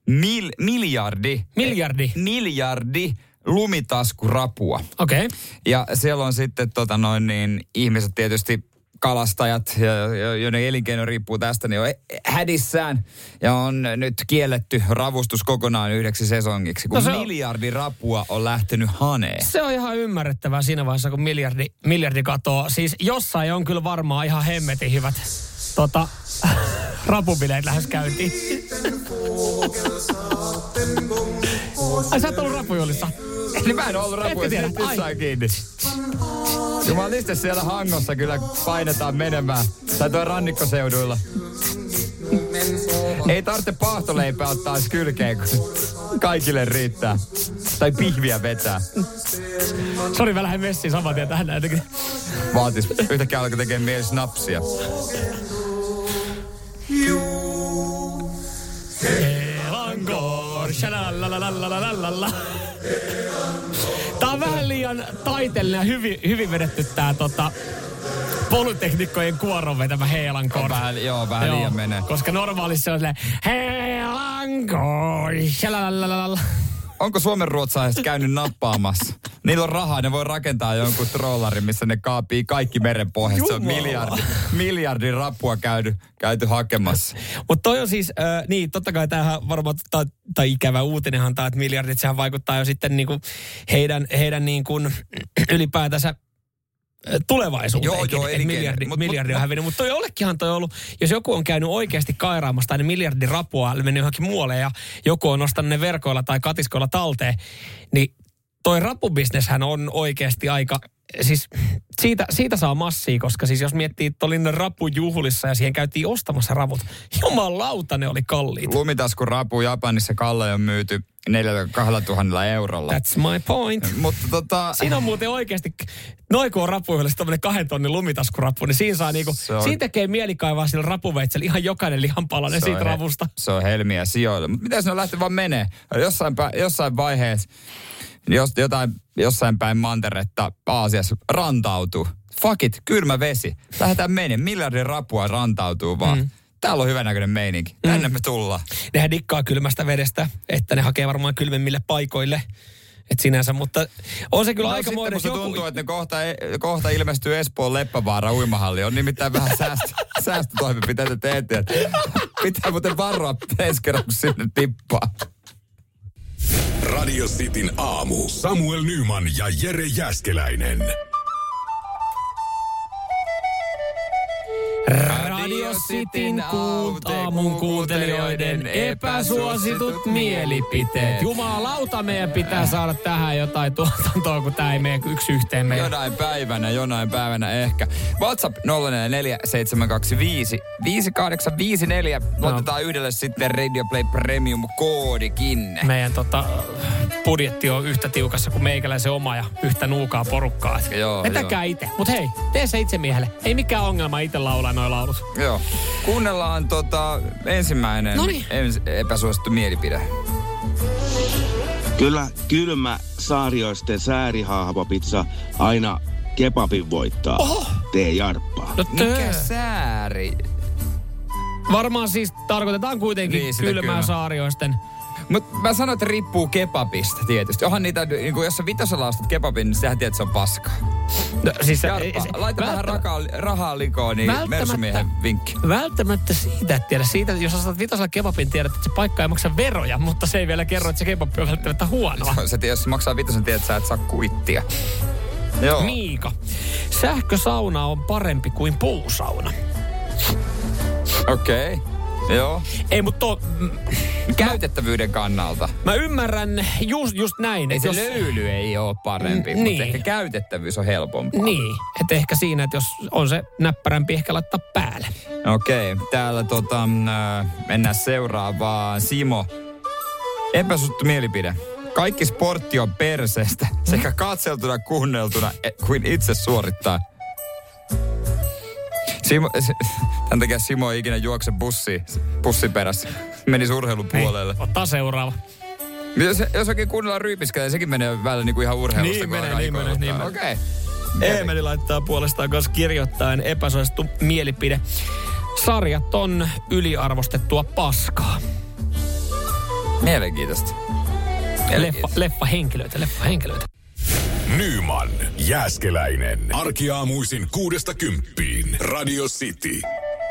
miljardi lumitaskurapua. Okei. Okay. Ja siellä on sitten ihmiset tietysti kalastajat, joiden elinkeino riippuu tästä, niin on hädissään. Ja on nyt kielletty ravustus kokonaan 1 sesongiksi, kun miljardi rapua on lähtenyt haneen. Se on ihan ymmärrettävää siinä vaiheessa, kun miljardi katoaa. Siis jossain on kyllä varmaan ihan hemmetin hyvät rapubileet lähes käyntiin. Ai sä oot ollut rapujuhlissa? Niin mä en ole ollut rapujuhlissa, nyt sai kiinni. Jumaliste siellä Hangossa kyllä painetaan menemään. Tai tuo rannikkoseuduilla. Ei tarvitse paahtoleipää ottaa edes kylkeen, kun kaikille riittää. Tai pihviä vetää. Sori, mä lähden messiin saman tien tähän näytäkin. Vaatis. Yhtäkkiä alkoi tekemään mieli snapsia. Elankoor, shalalalalalalala. Tää on vähän liian taiteellinen ja hyvin vedetty tää polyteknikkojen kuoron vetämä Heelankoor. Vähän liian menee. Koska normaalisti se on silleen Heelankoor, shalalalala. Onko suomenruotsalaiset käynyt nappaamassa? Niillä on rahaa, ne voi rakentaa jonkun trollarin, missä ne kaapii kaikki meren pohjassa. Se on miljardi rappua käyty hakemassa. Mutta toi on siis, totta kai tämähän varmaan, tai ikävä uutinenhan tämä, että miljardit, sehän vaikuttaa jo sitten niinku heidän niinku ylipäätänsä tulevaisuuteen. Joo, miljardi on hävinnyt. Mutta toi jollekinhan toi on ollut, jos joku on käynyt oikeasti kairaamassa tai ne miljardin rapua mennyt johonkin muualle ja joku on nostanut ne verkoilla tai katiskoilla talteen, niin toi rapubisneshän on oikeasti aika siis siitä saa massia, koska siis jos miettii, että olin rapujuhlissa ja siihen käytiin ostamassa ravut. Jumalauta, ne oli kalliit. Lumitaskun rapu Japanissa Kalle on myyty 4 2 eurolla. That's my point. Mutta siinä on muuten oikeasti, noin kun on rapujuhlissa tämmöinen 2 tonnin lumitaskurapu, niin siinä saa niinku, siinä tekee mieli kaivaa sillä rapuveitsellä ihan jokainen lihanpalanen siitä ravusta. Se on helmiä sijoilla. Mutta miten se on lähtenyt vaan menee? Jossain vaiheessa, jossain päin manteretta Aasiassa rantautuu. Fuck it, kylmä vesi. Lähdetään menemään. Miljardin rapua rantautuu vaan. Täällä on hyvänäköinen meininki. Tänne me tullaan. Nehän dikkaa kylmästä vedestä, että ne hakee varmaan kylmemmille paikoille. Et sinänsä, mutta on se kyllä aikamoinen. Sitten tuntuu, että ne kohta ilmestyy Espoon Leppävaara uimahalli. On nimittäin vähän säästötoimenpiteitä teette. Pitää muuten varoa ensi kerran, kun sinne tippaa. Radio Cityn aamu. Samuel Nyman ja Jere Jääskeläinen. Radio Cityn aamun kuuntelijoiden epäsuositut mielipiteet. Jumalauta, meidän pitää saada tähän jotain tuotantoa, kun tää ei mene yksi yhteen meidän. Jonain päivänä ehkä. WhatsApp 044 725 5854. Otetaan yhdelle sitten Radio Play Premium-koodikin. Meidän budjetti on yhtä tiukassa kuin meikäläisen oma ja yhtä nuukaa porukkaa. Vetäkää itse. Mut hei, tee se itse miehelle. Ei mikään ongelma itse laulaa noi laulut. Joo. Kuunnellaan ensimmäinen epäsuosittu mielipide. Kyllä kylmä saarioisten säärihahvapizza aina kebabin voittaa. Oho. Tee Jarppaa. No mikä sääri? Varmaan siis tarkoitetaan kuitenkin niin, kylmää saarioisten. Mutta mä sanoin, että riippuu kebabista tietysti. Onhan niitä, niin kun jos sä vitosella ostat kebabin, niin sähän tiedät, että se on paskaa. No, siis laita vähän rahaa likoon, niin mersumiehen vinkki. Välttämättä siitä, et tiedä. Siitä, jos ostat vitosella kebabin, tiedät, että se paikka ei maksa veroja, mutta se ei vielä kerro, että se kebab on välttämättä huonoa. Jos se maksaa vitosen, tiedät, että sä et saa kuittia. Joo. Miika. Sähkösauna on parempi kuin puusauna. Okei. Joo. Ei, mutta käytettävyyden kannalta. Mä ymmärrän just näin. Ei se löyly ei ole parempi, mutta ehkä käytettävyys on helpompaa. Niin, että ehkä siinä, että jos on se näppärämpi, ehkä laittaa päälle. Okei, täällä mennään seuraavaan. Simo, epäsuosittu mielipide. Kaikki sportti on perseestä, sekä katseltuna, kuunneltuna kuin itse suorittaa. Tämän takia Simo ei ikinä juokse bussin perässä. Menisi urheilupuolelle. Hei, ottaa seuraava. Jos oikein kuunnellaan ryypiskällä, sekin menee välillä niinku ihan urheilusta. Niin menee. Okei. Eemeli laittaa puolestaan kanssa kirjoittaen epäsuosittu mielipide. Sarjat on yliarvostettua paskaa. Mielenkiintoista. Leffahenkilöitä. Nyman, Jääskeläinen. Arkiaamuisin 6–10. Radio City.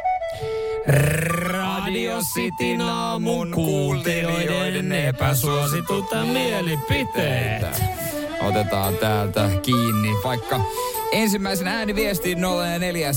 Radio Cityn aamun kuuntelijoiden epäsuositut mielipiteet. Otetaan täältä kiinni vaikka ensimmäisen ääniviestin 047255854.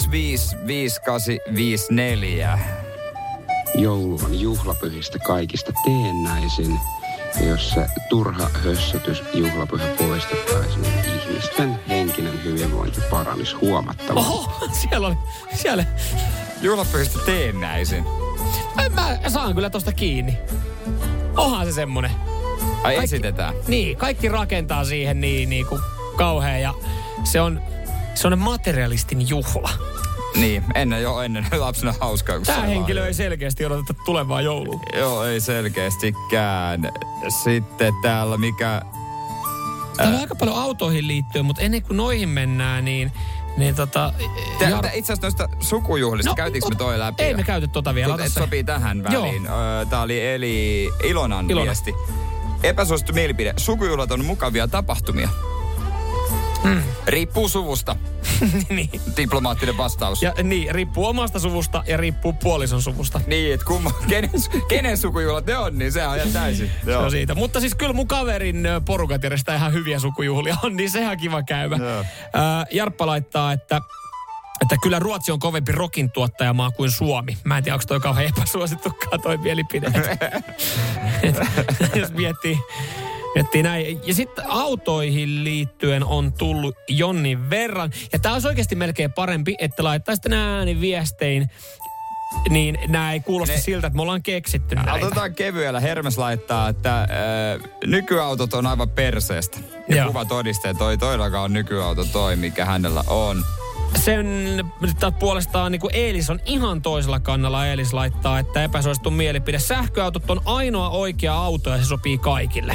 Joulu on juhlapyhistä kaikista teennäisin. Ja jos se turha hössötys juhlapyhä poistettaisiin, niin ihmisten henkinen hyvinvointi paranisi huomattavasti. Oho, siellä. Juhlapyhistä teennäisin. Mä saan kyllä tosta kiinni. Onhan se semmonen. Esitetään. Niin, kaikki rakentaa siihen niin kuin kauhean ja se on materialistin juhla. Niin, ennen lapsena hauskaa. Tämä henkilö ei selkeästi odoteta tulevaa joulua. Joo, ei selkeästikään. Sitten täällä mikä... Täällä on aika paljon autoihin liittyen, mutta ennen kuin noihin mennään, niin itse asiassa noista sukujuhlista, käytiinkö me toi läpi? Ei me käyty vielä. Sopii tähän väliin. Tää oli Ilonan viesti. Epäsuosittu mielipide. Sukujuhlat on mukavia tapahtumia. Riippuu suvusta. Niin. Diplomaattinen vastaus. Ja niin, riippuu omasta suvusta ja riippuu puolison suvusta. Niin, että kenen sukujuhlat ne on, niin se on ihan täysin. Se on siitä. Mutta siis kyllä mun kaverin porukat järjestää ihan hyviä sukujuhlia on, niin sehän kiva käymä. Jarppa laittaa, että kyllä Ruotsi on kovempi rokin tuottajamaa kuin Suomi. Mä en tiedä, onko toi kauhean epäsuosittukaan toi mielipide. Jos miettii Miettii näin. Ja sitten autoihin liittyen on tullut jonnin verran. Ja tää olisi oikeasti melkein parempi, että laittaisitte nämä ääniviestein, niin nämä ei kuulosta siltä, että me ollaan keksitty näitä. Otetaan kevyellä. Hermes laittaa, että nykyautot on aivan perseestä. Ja kuva todistaa, että toillakaan nykyauto toi, mikä hänellä on. Sen puolestaan niin kuin Eelis on ihan toisella kannalla. Eelis laittaa, että epäsuosittu mielipide. Sähköautot on ainoa oikea auto ja se sopii kaikille.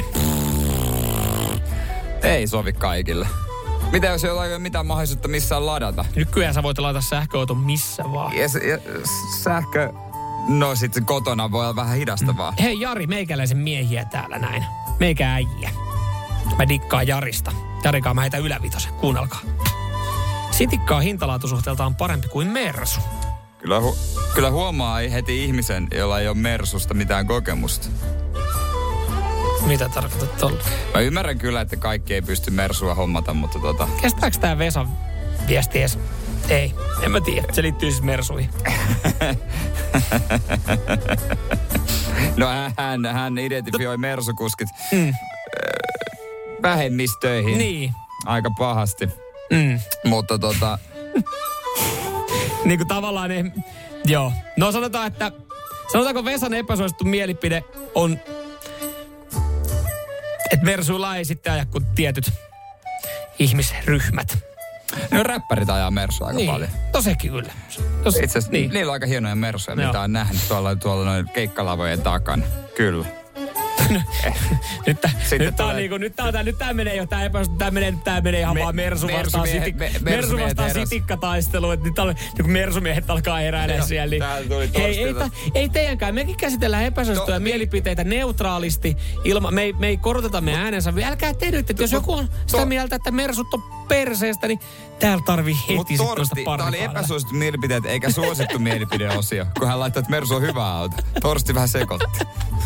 Ei sovi kaikille. Mitä jos ei ole mitään mahdollisuutta missään ladata? Nykyään sä voit ladata sähköauton missä vaan. Ja sähkö... No sitten kotona voi olla vähän hidastavaa. Hei Jari, meikäläisen miehiä täällä näin. Meikä äijä. Mä dikkaan Jarista. Jarikaa mä heitä ylävitosen. Kuunnelkaa. Sitikkaa hintalaatusuhteeltaan parempi kuin Mersu. Kyllä huomaa heti ihmisen, jolla ei ole Mersusta mitään kokemusta. Mitä tarkoitat tuolla? Mä ymmärrän kyllä, että kaikki ei pysty Mersua hommata, mutta Kestääkö tää Vesan viesti edes? Ei, en mä tiedä. Se liittyy siis Mersuihin. No hän identifioi Mersukuskit vähemmistöihin. Niin. Aika pahasti. Mutta niin kuin tavallaan ne... Joo. No sanotaanko Vesan epäsuosittu mielipide on... Että Mersuilla ei sitten aja kuin tietyt ihmisryhmät. No räppärit ajaa Mersua aika paljon. No sekin kyllä. Itse asiassa niillä on aika hienoja Mersuja, mitä on nähnyt tuolla noin keikkalavojen takana. Kyllä. Nyt tää menee jo, tää menee ihan vaan Mersu vastaan sitikkataistelu, että nyt niin Mersumiehet alkaa heräillä siellä. Ei teidänkään, mekin käsitellään epäsuosittuja mielipiteitä neutraalisti, me ei koroteta meidän äänensä. Älkää te nyt, että jos joku on sitä mieltä, että Mersut on perseestä, niin täällä tarvii heti sitten noista parempaa. Tää oli epäsuosittu mielipiteet eikä suosittu mielipideosio, kun hän laittaa, että Mersu on hyvä auto. Torsti vähän sekoitti.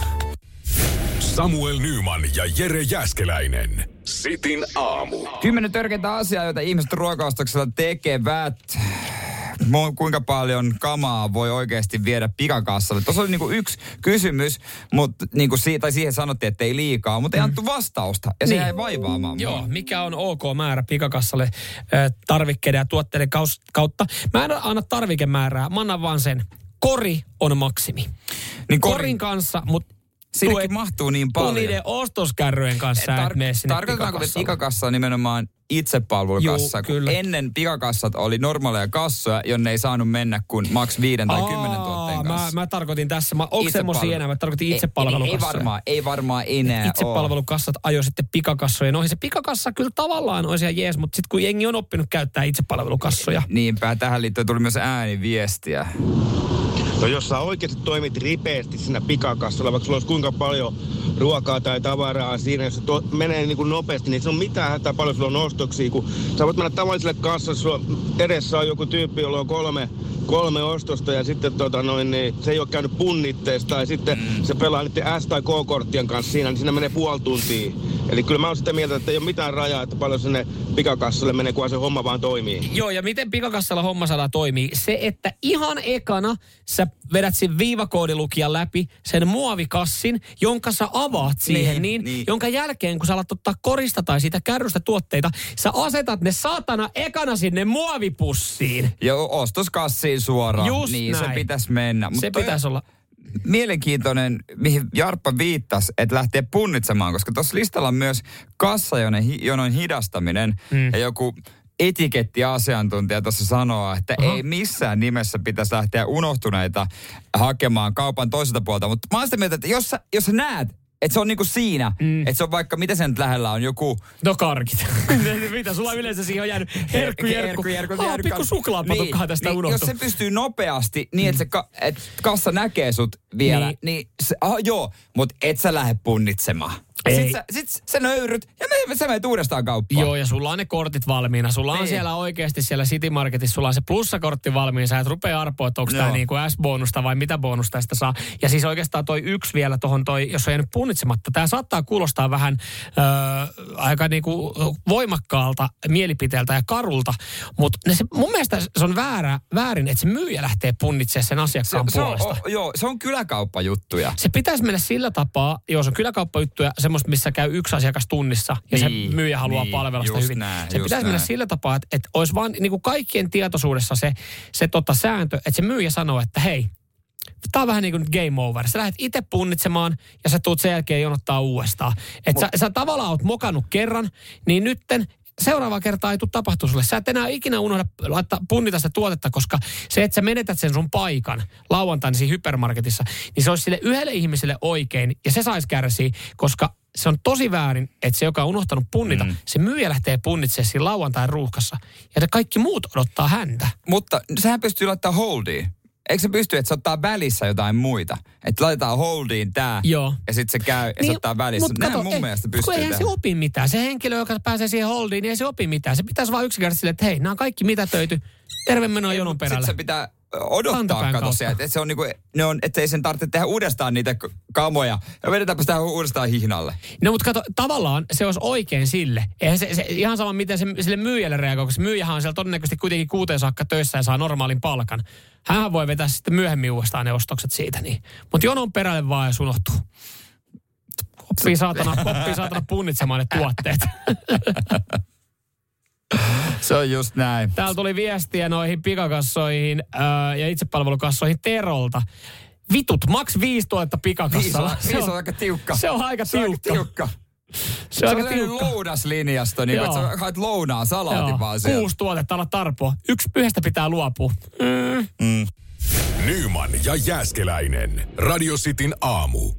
Samuel Nyman ja Jere Jääskeläinen. Sitin aamu. 10 törkeintä asiaa, joita ihmiset ruokaostoksella tekevät. Kuinka paljon kamaa voi oikeasti viedä pikakassalle? Tuossa oli niinku yksi kysymys, mutta niinku siihen sanottiin, että ei liikaa, mutta ei annettu vastausta. Ja se jäi vaivaamaan. Joo, mikä on ok määrä pikakassalle tarvikkeiden ja tuotteiden kautta? Mä en anna tarvikemäärää, mä annan vaan sen. Kori on maksimi. Niin Korin kanssa, mutta siinäkin mahtuu niin paljon. Niiden ostoskärryjen kanssa et mene sinne tarkoitetaanko, että pikakassa on nimenomaan itsepalvelukassa? Kyllä. Ennen pikakassat oli normaaleja kassoja, jonne ei saanut mennä kuin maks 5 tai 10 tuotteen kanssa. Mä tarkoitin tässä. Onko semmosia enää? Mä tarkoitin itsepalvelukassoja. Ei varmaan enää Itsepalvelukassat ajoi sitten pikakassojen ohi. Se pikakassa kyllä tavallaan olisi ihan jees, mutta sitten kun jengi on oppinut käyttää itsepalvelukassoja. Niinpä, tähän liittyen tuli myös ääniviestiä. No jos sä oikeasti toimit ripeästi siinä pikakassalla, vaikka sulla olisi kuinka paljon ruokaa tai tavaraa siinä, jos se menee niin kuin nopeasti, niin se on mitään hätää paljon sulla on ostoksia, kun sä voit mennä tavalliselle kassalle, sulla edessä on joku tyyppi, jolla on kolme ostosta ja sitten niin se ei ole käynyt punnitteessa tai sitten se pelaa niiden S- tai K-korttien kanssa siinä, niin siinä menee puoli tuntia. Eli kyllä mä oon sitä mieltä, että ei ole mitään rajaa, että paljon sinne pikakassalle menee, kunhan se homma vaan toimii. Joo, ja miten pikakassalla homma saadaan toimii? Se, että ihan ekana sä vedät sen viivakoodilukijan läpi sen muovikassin, jonka sä avaat siihen, niin. Jonka jälkeen, kun sä alat ottaa korista tai siitä kärrystä tuotteita, sä asetat ne saatana ekana sinne muovipussiin. Joo, ostoskassiin suoraan. Just niin, näin. Se pitäisi mennä. Se pitäisi olla. Mielenkiintoinen, mihin Jarppa viittasi, että lähtee punnitsemaan, koska tuossa listalla on myös kassajonon hidastaminen ja joku etikettiasiantuntija tuossa sanoo, että ei missään nimessä pitäisi lähteä unohtuneita hakemaan kaupan toiselta puolta, mutta mä oon sitä mieltä, että jos sä näet, että se on niinku siinä, että se on vaikka, mitä sen nyt lähellä on, joku... No karkit. Mitä, sulla yleensä siihen on jäänyt herkku. Pikku suklaapatukkahan tästä unohtuu. Jos se pystyy nopeasti niin, että kassa näkee sut vielä, niin se, joo, mutta et sä lähde punnitsemaan. Sitten sä nöyryt ja sä menet uudestaan kauppaan. Joo, ja sulla on ne kortit valmiina. Sulla on siellä oikeasti siellä City Marketissa, sulla on se plussakortti valmiina. Sä et rupea arpoa, että onko tää niinku S-bonusta vai mitä bonusta tästä saa. Ja siis oikeastaan toi yksi vielä tohon jos on jäänyt punnitsematta. Tää saattaa kuulostaa vähän aika niinku voimakkaalta mielipiteeltä ja karulta. Mutta mun mielestä se on väärin, että se myyjä lähtee punnitsemaan sen asiakkaan puolesta. Se on kyläkauppajuttuja. Se pitäisi mennä sillä tapaa, jos on kyläkauppajuttuja, se semmoista, missä käy yksi asiakas tunnissa ja se myyjä haluaa palvella sitä hyvin. Se pitäisi mennä sillä tapaa, että olisi vaan niin kuin kaikkien tietoisuudessa se sääntö, että se myyjä sanoo, että hei, tämä on vähän niin kuin game over. Sä lähdet itse punnitsemaan ja sä tuut sen jälkeen jonottaa uudestaan. Että sä tavallaan oot mokannut kerran, niin nytten seuraava kertaa ei tule tapahtua sulle. Sä et enää ikinä unohda punnita sitä tuotetta, koska se, että sä menetät sen sun paikan lauantaina siinä hypermarketissa, niin se olisi sille yhdelle ihmiselle oikein ja se saisi kärsiä, koska se on tosi väärin, että se, joka on unohtanut punnita, se myyjä lähtee punnitsemaan siinä lauantain ruuhkassa ja kaikki muut odottaa häntä. Mutta sehän pystyy laittamaan holdiin. Eikö se pysty, että se ottaa välissä jotain muita? Että laitetaan holdiin tää ja sitten se käy ja se ottaa välissä. Näin mun mielestä pystyy tehdä. Eihän se opi mitään. Se henkilö, joka pääsee siihen holdiin, niin ei se opi mitään. Se pitäisi vaan yksinkertaisesti silleen, että hei, nämä on kaikki mitätöity. Terve menoa jonon perälle. Sitten se pitää odottaa, kato siellä. Että se on niinku, että ei sen tarvitse tehdä uudestaan niitä kamoja. Ja vedetäänpä sitä uudestaan hihnalle. No mutta kato, tavallaan se olisi oikein sille. Eihän se ihan sama, miten se sille myyjälle reagoi, koska myyjähän on siellä todennäköisesti kuitenkin 6 saakka töissä ja saa normaalin palkan. Hänhän voi vetää sitten myöhemmin uudestaan ne ostokset siitä. Niin. Mutta jonon perälle vaan ja unohtuu. Oppii saatana punnitsemaan ne tuotteet. Se on just näin. Täällä tuli viestiä noihin pikakassoihin ja itsepalvelukassoihin Terolta. Vitut, maks 5 tuotetta pikakassalla. 5 on aika tiukka. Se on aika tiukka. Se on aika tiukka. Lounaslinjasta, niin että sä haet lounaa salaatin vaan siellä. 6 tuotetta ala tarpoa. Yhdestä pitää luopua. Nyman ja Jääskeläinen. Radio Cityn aamu.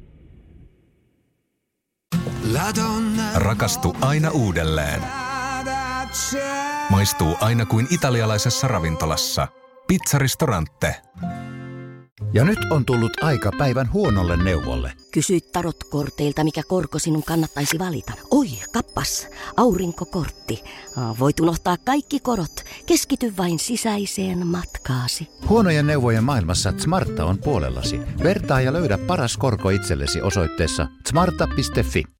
Rakastu aina uudelleen. Maistuu aina kuin italialaisessa ravintolassa. Pizzaristorante. Ja nyt on tullut aika päivän huonolle neuvolle. Kysy tarotkorteilta, mikä korko sinun kannattaisi valita. Oi, kappas, aurinkokortti. Voit unohtaa kaikki korot. Keskity vain sisäiseen matkaasi. Huonojen neuvojen maailmassa Smarta on puolellasi. Vertaa ja löydä paras korko itsellesi osoitteessa smarta.fi.